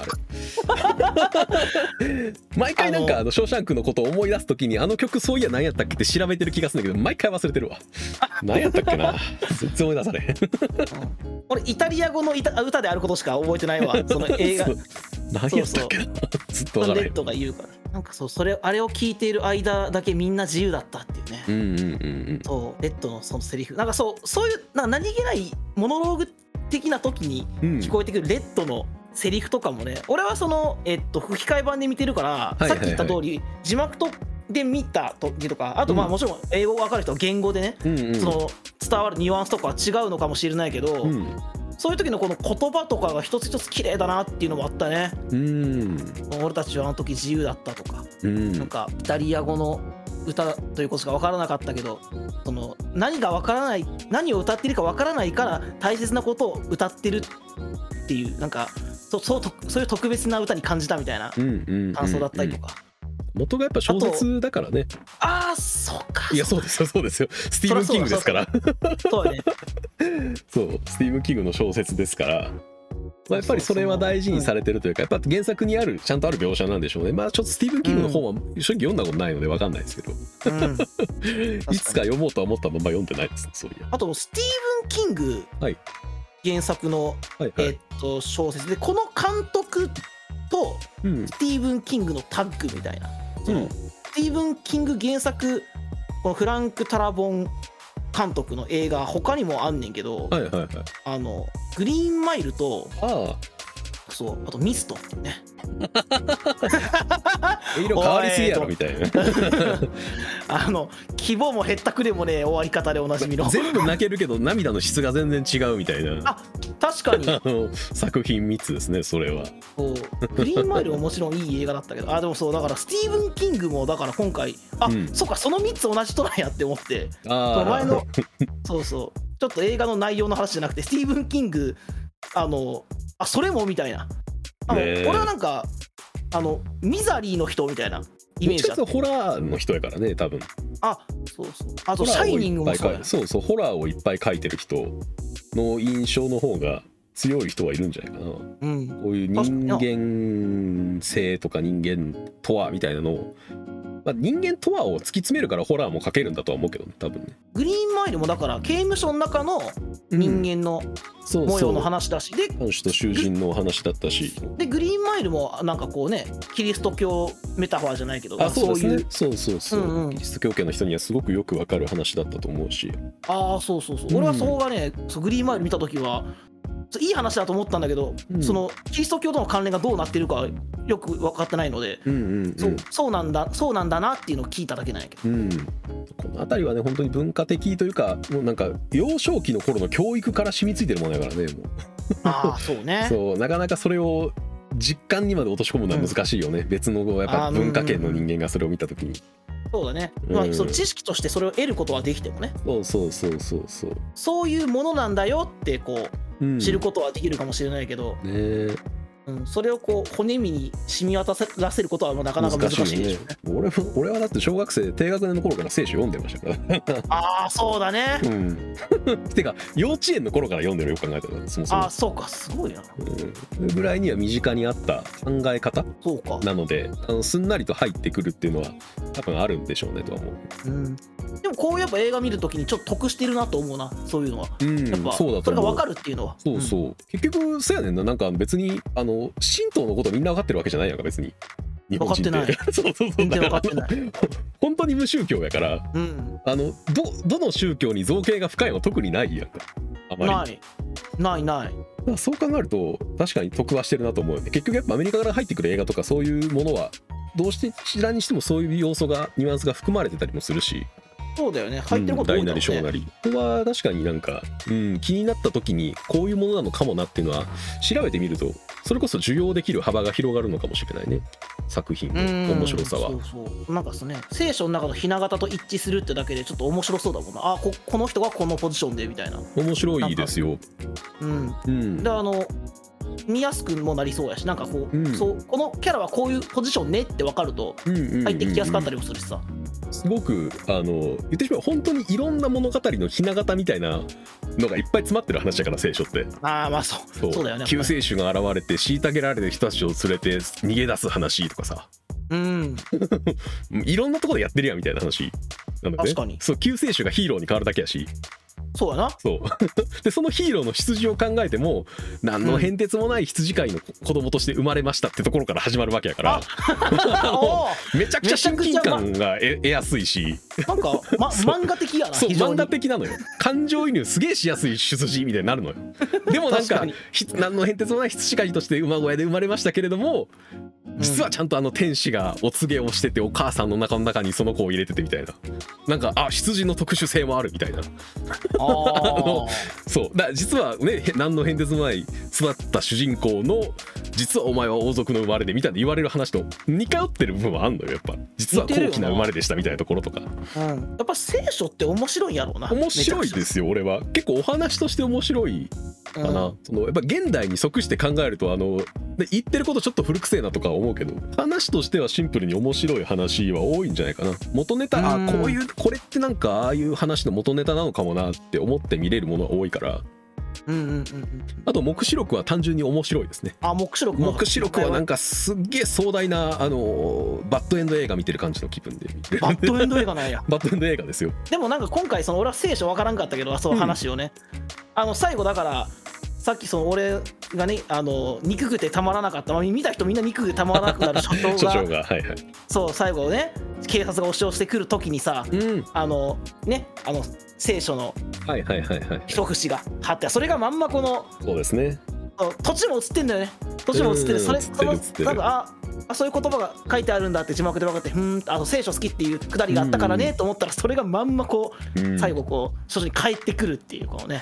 れ毎回なんかショーシャンクのことを思い出すときにあの曲そういや何やったっけって調べてる気がするんだけど毎回忘れてるわ何やったっけな全然思い出されへん俺イタリア語の歌であることしか覚えてないわその映画何やったっけなずっと分からへん。 レッドが言うからなんかそうあれを聞いている間だけみんな自由だったっていうね。そうレッドのそのセリフなんかそういうなんか何気ないモノローグ的な時に聞こえてくるレッドのセリフとかもね、俺はその吹き替え版で見てるから、さっき言った通り字幕で見た時とかあとまあもちろん英語分かる人は言語でね、その伝わるニュアンスとかは違うのかもしれないけど、そういう時のこの言葉とかが一つ一つ綺麗だなっていうのもあったね。俺たちはあの時自由だったとか、なんかイタリア語の歌ということしか分からなかったけど、その何が分からない、何を歌っているか分からないから大切なことを歌ってるっていうなんかそういう特別な歌に感じたみたいな感想だったりとか。 元がやっぱ小説だからね。 ああそうか。 いやそうですよそうですよ。スティーブン・キングですから。 そうだね。 そうスティーブン・キングの小説ですから。まあ、やっぱりそれは大事にされてるというか、やっぱ原作にちゃんとある描写なんでしょうね。まあちょっとスティーブン・キングの本は正直読んだことないので分かんないですけど、いつか読もうとは思ったまま読んでないです。そういや。 あとスティーブン・キング原作の小説でこの監督とスティーブン・キングのタッグみたいな、そのスティーブン・キング原作このフランク・タラボン監督の映画他にもあんねんけど、グリーンマイルとそうあとミストね色変わりすぎやろみたいな規模もへったくれもね終わり方でおなじみの全部泣けるけど涙の質が全然違うみたいな。 あ確かに作品3つですねそれは。 グリーンマイルももちろんいい映画だったけどでもそうだからスティーブン・キングもだから今回そうかその3つ同じ人なんやって思って前のそうちょっと映画の内容の話じゃなくてスティーブン・キングそれもみたいな俺はなんかミザリーの人みたいなイメージだった。 ホラーの人やからね多分。 そうあとシャイニングもそうホラーをいっぱい描いてる人の印象の方が強い人はいるんじゃないかな。こういう人間性とか人間とはみたいなのを、人間とはを突き詰めるからホラーも描けるんだとは思うけどね多分ね。グリーンマイルもだから刑務所の中の人間の模様の話だし、で看守と囚人の話だったし、 でグリーンマイルもなんかこうねキリスト教メタファーじゃないけどそうですねそうキリスト教圏の人にはすごくよくわかる話だったと思うし。 そう俺はそこがねグリーンマイル見た時はいい話だと思ったんだけど、そのキリスト教との関連がどうなってるかよく分かってないので、そうなんだなっていうのを聞いただけなんやけど、 この辺りはね本当に文化的というかもうなんか幼少期の頃の教育から染みついてるものだからねもうそうねそうなかなかそれを実感にまで落とし込むのは難しいよね、別のやっぱ文化圏の人間がそれを見た時に。 そうだね、その知識としてそれを得ることはできてもね、そういうものなんだよってこう、知ることはできるかもしれないけど、それをこう骨身に染み渡らせることはなかなか難しいでしょうね。 俺はだって小学生低学年の頃から聖書読んでましたからそうだね、 てか幼稚園の頃から読んでるよ考えたらそもそもそうかすごいな、 ぐらいには身近にあった考え方なのですんなりと入ってくるっていうのは多分あるんでしょうねとは思う。 でもこうやっぱ映画見るときにちょっと得してるなと思うな、そういうのは。やっぱそれが分かるっていうのは。 結局そうやねんな。なんか別に神道のことみんな分かってるわけじゃないやんか別に。日本人って。分かってない。そう全然分かってない。本当に無宗教やから、どの宗教に造形が深いの特にないやんか。あまり。 ない。 そう考えると確かに得はしてるなと思うよね。結局やっぱアメリカから入ってくる映画とかそういうものはどうしてちらにしてもそういう要素がニュアンスが含まれてたりもするし、 そうだよね、入ってること多いんだろうね。 大なり小なり。これは確かになんか、気になった時にこういうものなのかもなっていうのは調べてみると、それこそ受容できる幅が広がるのかもしれないね、作品の面白さは。 そうなんかですね、聖書の中のひな形と一致するってだけでちょっと面白そうだもんな。あ、この人がこのポジションでみたいな。 面白いですよ。 で見やすくもなりそうやし、なんかこう、そうこのキャラはこういうポジションねって分かると入ってきやすかったりもするしさ。 すごく言ってしまう本当にいろんな物語のひな形みたいなのがいっぱい詰まってる話だから、聖書って。 まあそうだよね。 救世主が現れて虐げられる人たちを連れて逃げ出す話とかさ、いろんなところでやってるやんみたいな話なので、確かにそう救世主がヒーローに変わるだけやし。 そうやな。 そうでそのヒーローの出自を考えても、何の変哲もない羊飼いの子供として生まれましたってところから始まるわけやからめちゃくちゃ親近感が得やすいし、 なんか、漫画的やな。 そう漫画的なのよ。感情移入すげえしやすい出自みたいになるのよ。でもなんか何の変哲もない羊飼いとして馬小屋で生まれましたけれども、実はちゃんと天使がお告げをしてて、お母さんの中にその子を入れててみたいな、なんか羊の特殊性もあるみたいなそうだ、実はね何の変哲もない育った主人公の、実はお前は王族の生まれでみたいな言われる話と似通ってる部分はあんのよ。やっぱ実は高貴な生まれでしたみたいなところとか、 やっぱ聖書って面白いんやろうな。 面白いですよ。俺は結構お話として面白いかな。やっぱ現代に即して考えると言ってることちょっと古くせえなとか思うけど、話としてはシンプルに面白い話は多いんじゃないかな。元ネタこれってなんかああいう話の元ネタなのかもなって思って見れるものは多いから。あと黙示録は単純に面白いですね。黙示録はなんかすっげえ壮大なバッドエンド映画見てる感じの気分で。 バッドエンド映画なんや。 バッドエンド映画ですよ。 でもなんか今回俺は聖書わからんかったけど、その話をね、最後だからさっき俺がね憎くてたまらなかった、見た人みんな憎くてたまらなくなる所長がそう最後ね警察が押し寄せてくる時にさ、聖書の一節が貼って、それがまんまそうですね、 土地も映ってんだよね。土地も映ってる。その多分そういう言葉が書いてあるんだって字幕で分かって、聖書好きっていうくだりがあったからねと思ったら、それがまんま最後書に返ってくるっていうね。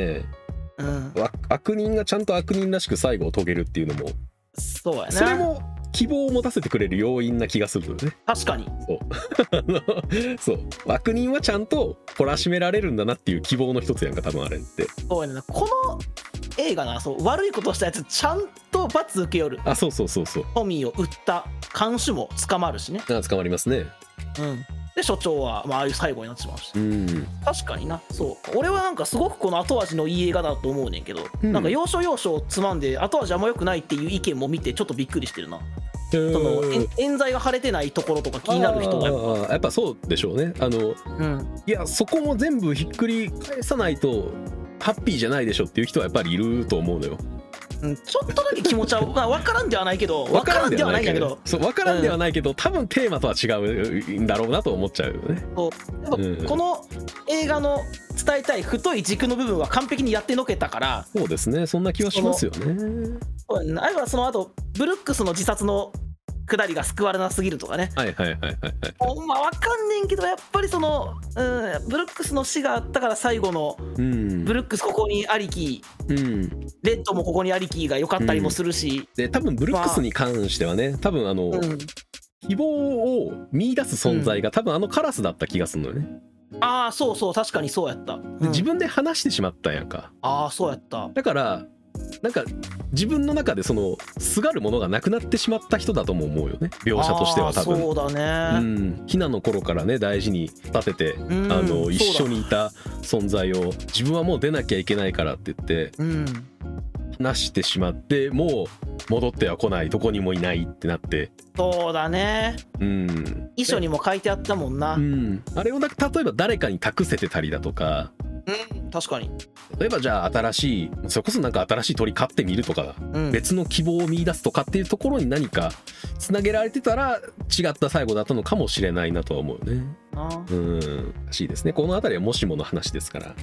悪人がちゃんと悪人らしく最後を遂げるっていうのも、 そうやね。 それも希望を持たせてくれる要因な気がするよね。 確かに。 そう悪人はちゃんと懲らしめられるんだなっていう希望の一つやんか、多分あれって。 そうやね。この映画悪いことしたやつちゃんと罰受けよる。 そう富を売った看守も捕まるしね。 捕まりますね。 で所長はああいう最後になってしまうし、確かにな。俺はなんかすごくこの後味のいい映画だと思うねんけど、なんか要所要所つまんで後味あんま良くないっていう意見も見てちょっとびっくりしてるな。冤罪が晴れてないところとか気になる人がやっぱそうでしょうね。いやそこも全部ひっくり返さないとハッピーじゃないでしょっていう人はやっぱりいると思うのよ。 ちょっとだけ気持ちは分からんではないけど、分からんではないんだけど、 分からんではないけど、多分テーマとは違うんだろうなと思っちゃうよね。 この映画の伝えたい太い軸の部分は完璧にやってのけたから。 そうですね、そんな気はしますよね。 だからその後ブルックスの自殺のくだりが救われなすぎるとかね。分かんねんけど、やっぱりブルックスの死があったから最後の、ブルックスここにありき、レッドもここにありきが良かったりもするし、 で多分ブルックスに関してはね、多分希望を見出す存在が多分カラスだった気がするのよね。 そう確かにそうやった。 自分で話してしまったやんか。 そうやった。 だからなんか自分の中ですがるものがなくなってしまった人だとも思うよね、描写としては。多分そうだね。 ヒナの頃からね大事に立てて一緒にいた存在を自分はもう出なきゃいけないからって言って話してしまって、もう戻っては来ない、どこにもいないってなって。 そうだね。遺書にも書いてあったもんな。 あれを例えば誰かに託せてたりだとか。 確かに。 例えばじゃあそれこそなんか新しい鳥飼ってみるとか、別の希望を見出すとかっていうところに何かつなげられてたら違った最後だったのかもしれないなとは思うね。らしいですね。この辺りはもしもの話ですから。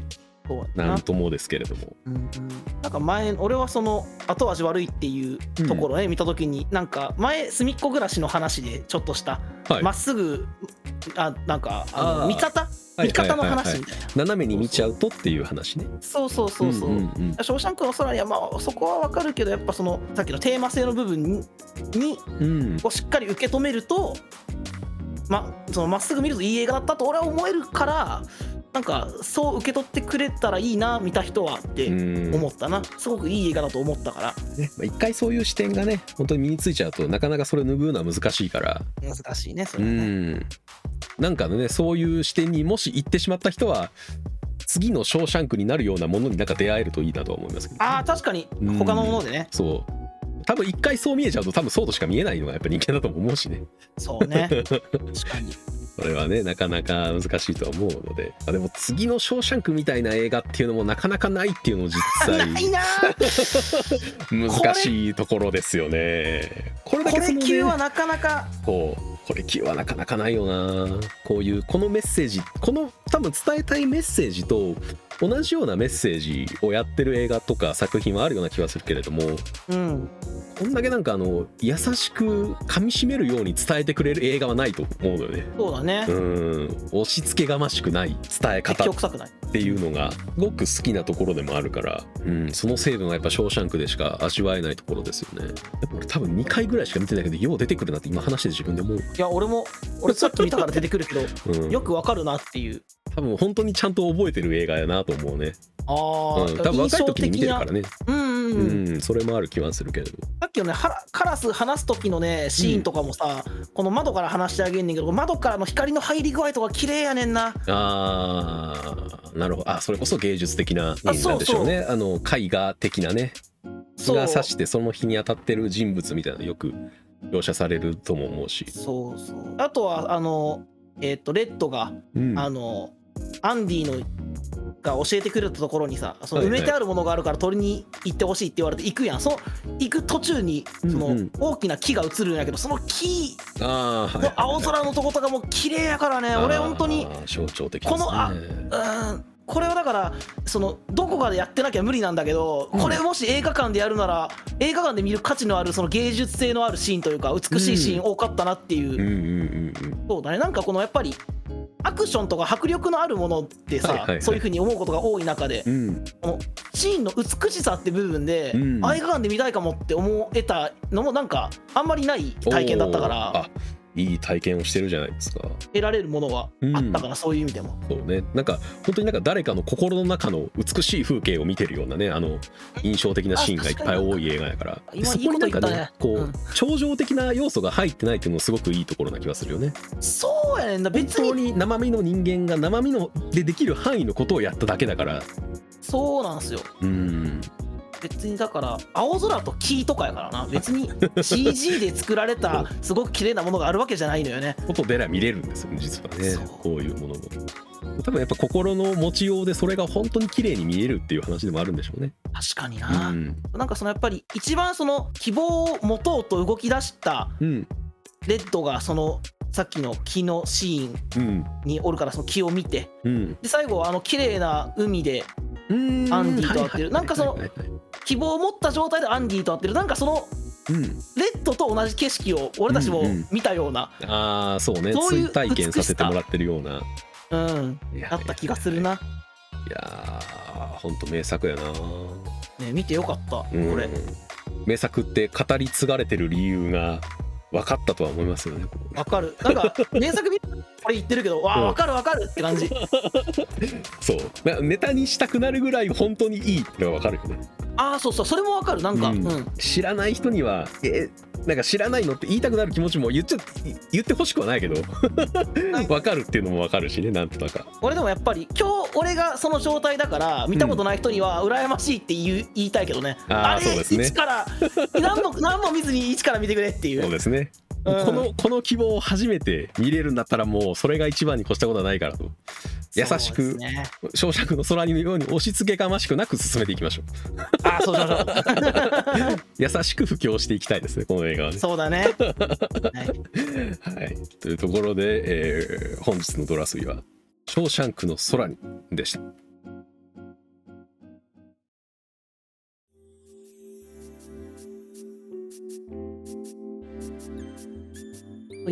なんともですけれども、 なんか前俺はその後味悪いっていうところね、見た時になんか前隅っこ暮らしの話でちょっとしたまっすぐなんか見方の話みたいな、 斜めに見ちゃうとっていう話ね。 そうショーシャンクの空にはまあそこはわかるけど、やっぱそのさっきのテーマ性の部分にをしっかり受け止めるとそのまっすぐ見るといい映画だったと俺は思えるから、なんかそう受け取ってくれたらいいな見た人はって思ったな。すごくいい映画だと思ったからね。一回そういう視点がね本当に身についちゃうとなかなかそれ拭うのは難しいから。 難しいねそれはね。 なんかねそういう視点にもし行ってしまった人は次のショーシャンクになるようなものになんか出会えるといいなとは思いますけど、ね、 確かに他のものでね。 そう多分一回そう見えちゃうと多分そうとしか見えないのがやっぱり人間だと思うしね。 そうね確かにこれはねなかなか難しいとは思うので、でも次のショーシャンクみたいな映画っていうのもなかなかないっていうのも実際ないな難しいところですよね。これ級はなかなかこれ級はなかなかないよな。このメッセージ多分伝えたいメッセージと同じようなメッセージをやってる映画とか作品はあるような気はするけれども、こんだけなんか優しく噛み締めるように伝えてくれる映画はないと思うのよね。 そうだね。 押し付けがましくない伝え方っていうのがすごく好きなところでもあるから、その成分はやっぱショーシャンクでしか味わえないところですよね。でも俺多分2回ぐらいしか見てないけどよう出てくるなって今話して自分で思う。いや俺さっき見たから出てくるけど、よくわかるなっていう。 多分本当にちゃんと覚えてる映画やなと思うね。多分若い時に見てるからね。それもある気はするけれど、 さっきのねカラス話す時のねシーンとかもさ、この窓から話してあげんねんけど、窓からの光の入り具合とか綺麗やねんな。 なるほど。それこそ芸術的な意味なんでしょうね。絵画的なね日が差してその日に当たってる人物みたいなのよく描写されるとも思うし、 あとはレッドが、アンディのが教えてくれたところにさ、その埋めてあるものがあるから取りに行ってほしいって言われて行くやん。行く途中にその大きな木が映るんやけど、その木の青空のとことかも綺麗やからね。俺本当に象徴的ですね。 これはだからどこかでやってなきゃ無理なんだけど、これもし映画館でやるなら映画館で見る価値のあるその芸術性のあるシーンというか美しいシーン多かったなっていう。そうだね。なんかこのやっぱりアクションとか迫力のあるものってさ、そういう風に思うことが多い中で、このシーンの美しさって部分で、映画館で見たいかもって思えたのもなんかあんまりない体験だったから。 いい体験をしてるじゃないですか。 得られるものはあったから、そういう意味でも。 そうね。なんか本当になんか誰かの心の中の美しい風景を見てるようなね、印象的なシーンがいっぱい多い映画やから、そこになんかね、超常的な要素が入ってないっていうのもすごくいいところな気がするよね。 そうやねんな。別に本当に生身の人間が生身のでできる範囲のことをやっただけだから。 そうなんですよ。別にだから青空と木とかやからな。別に CG で作られたすごく綺麗なものがあるわけじゃないのよね。 外でら見れるんですよね、実はね。こういうものも多分やっぱ心の持ちようでそれが本当に綺麗に見えるっていう話でもあるんでしょうね。 確かにな。なんかやっぱり一番その希望を持とうと動き出したレッドがさっきの木のシーンにおるから、その木を見て、で最後は綺麗な海でアンディと会ってる。なんか希望を持った状態でアンディと会ってる。なんかレッドと同じ景色を俺たちも見たような、 そうね、追体験させてもらってるようなだった気がするな。 いやほんと名作やな。 ね、見てよかった、これ。 名作って語り継がれてる理由が分かったとは思いますよね。 分かる。なんか名作見これ言ってるけど、分かる分かるって感じ。 そうネタにしたくなるぐらい本当にいいってのが分かるよね。 そうそれも分かる。なんか、 知らない人にはなんか知らないのって言いたくなる気持ちも言ってほしくはないけど分かるっていうのも分かるしね、なんとなく。 俺でもやっぱり今日俺がその状態だから見たことない人には羨ましいって言いたいけどね。 そうですね。 一から何も見ずに一から見てくれっていう。 そうですね。この希望を初めて見れるんだったらもうそれが一番に越したことはないからと、優しくショーシャンクの空にのように押し付けがましくなく進めていきましょう。 そう優しく布教していきたいですね、この映画はね。 そうだね。 はい、というところで、本日のドラスイはショーシャンクの空にでした。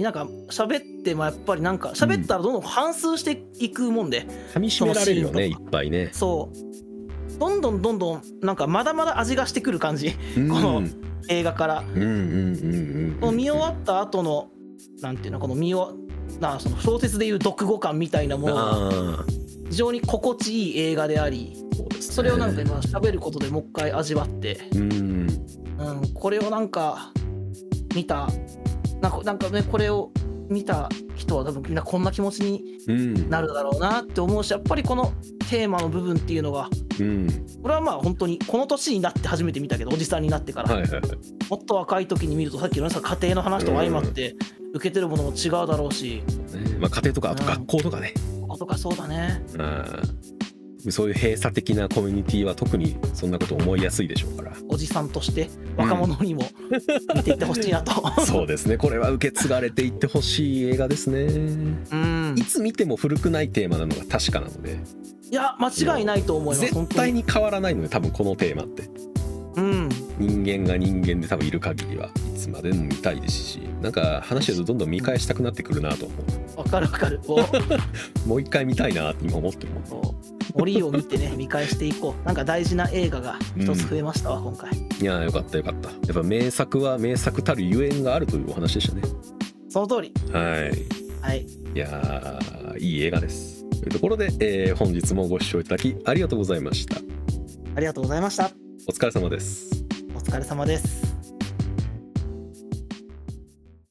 なんか喋ってもやっぱりなんか喋ったらどんどん反芻していくもんで、 噛み締められるよねいっぱいね。 そうどんどんなんかまだまだ味がしてくる感じ、この映画から。この見終わった後のなんていうの、このその小説でいう読後感みたいなものが非常に心地いい映画であり、それをなんか今喋ることでもう一回味わって、これをなんか見たなんかね、これを見た人は多分みんなこんな気持ちになるだろうなって思うし、やっぱりこのテーマの部分っていうのが、これはまあ本当にこの年になって初めて見たけど、おじさんになってから、もっと若い時に見るとさっきの家庭の話と相まって受けてるものも違うだろうし、 まあ、家庭とかあと学校とかね、 そうだね、 そういう閉鎖的なコミュニティは特にそんなこと思いやすいでしょうから、 おじさんとして若者にも見ていってほしいなと、 そうですね、これは受け継がれていってほしい映画ですね。いつ見ても古くないテーマなのが確かなので、 いや間違いないと思います。 絶対に変わらないので、多分このテーマって、人間が人間で多分いる限りはいつまでも見たいですし、なんか話してるとどんどん見返したくなってくるなと思う。 わかるもう一回見たいなって今思ってるもん。 森を見てね見返していこう。なんか大事な映画が一つ増えましたわ、今回。 いやよかったやっぱ名作は名作たるゆえんがあるというお話でしたね。 その通り。 はい、いやいい映画です。というところで、本日もご視聴いただきありがとうございました。 ありがとうございました。 お疲れ様です。 お疲れ様です。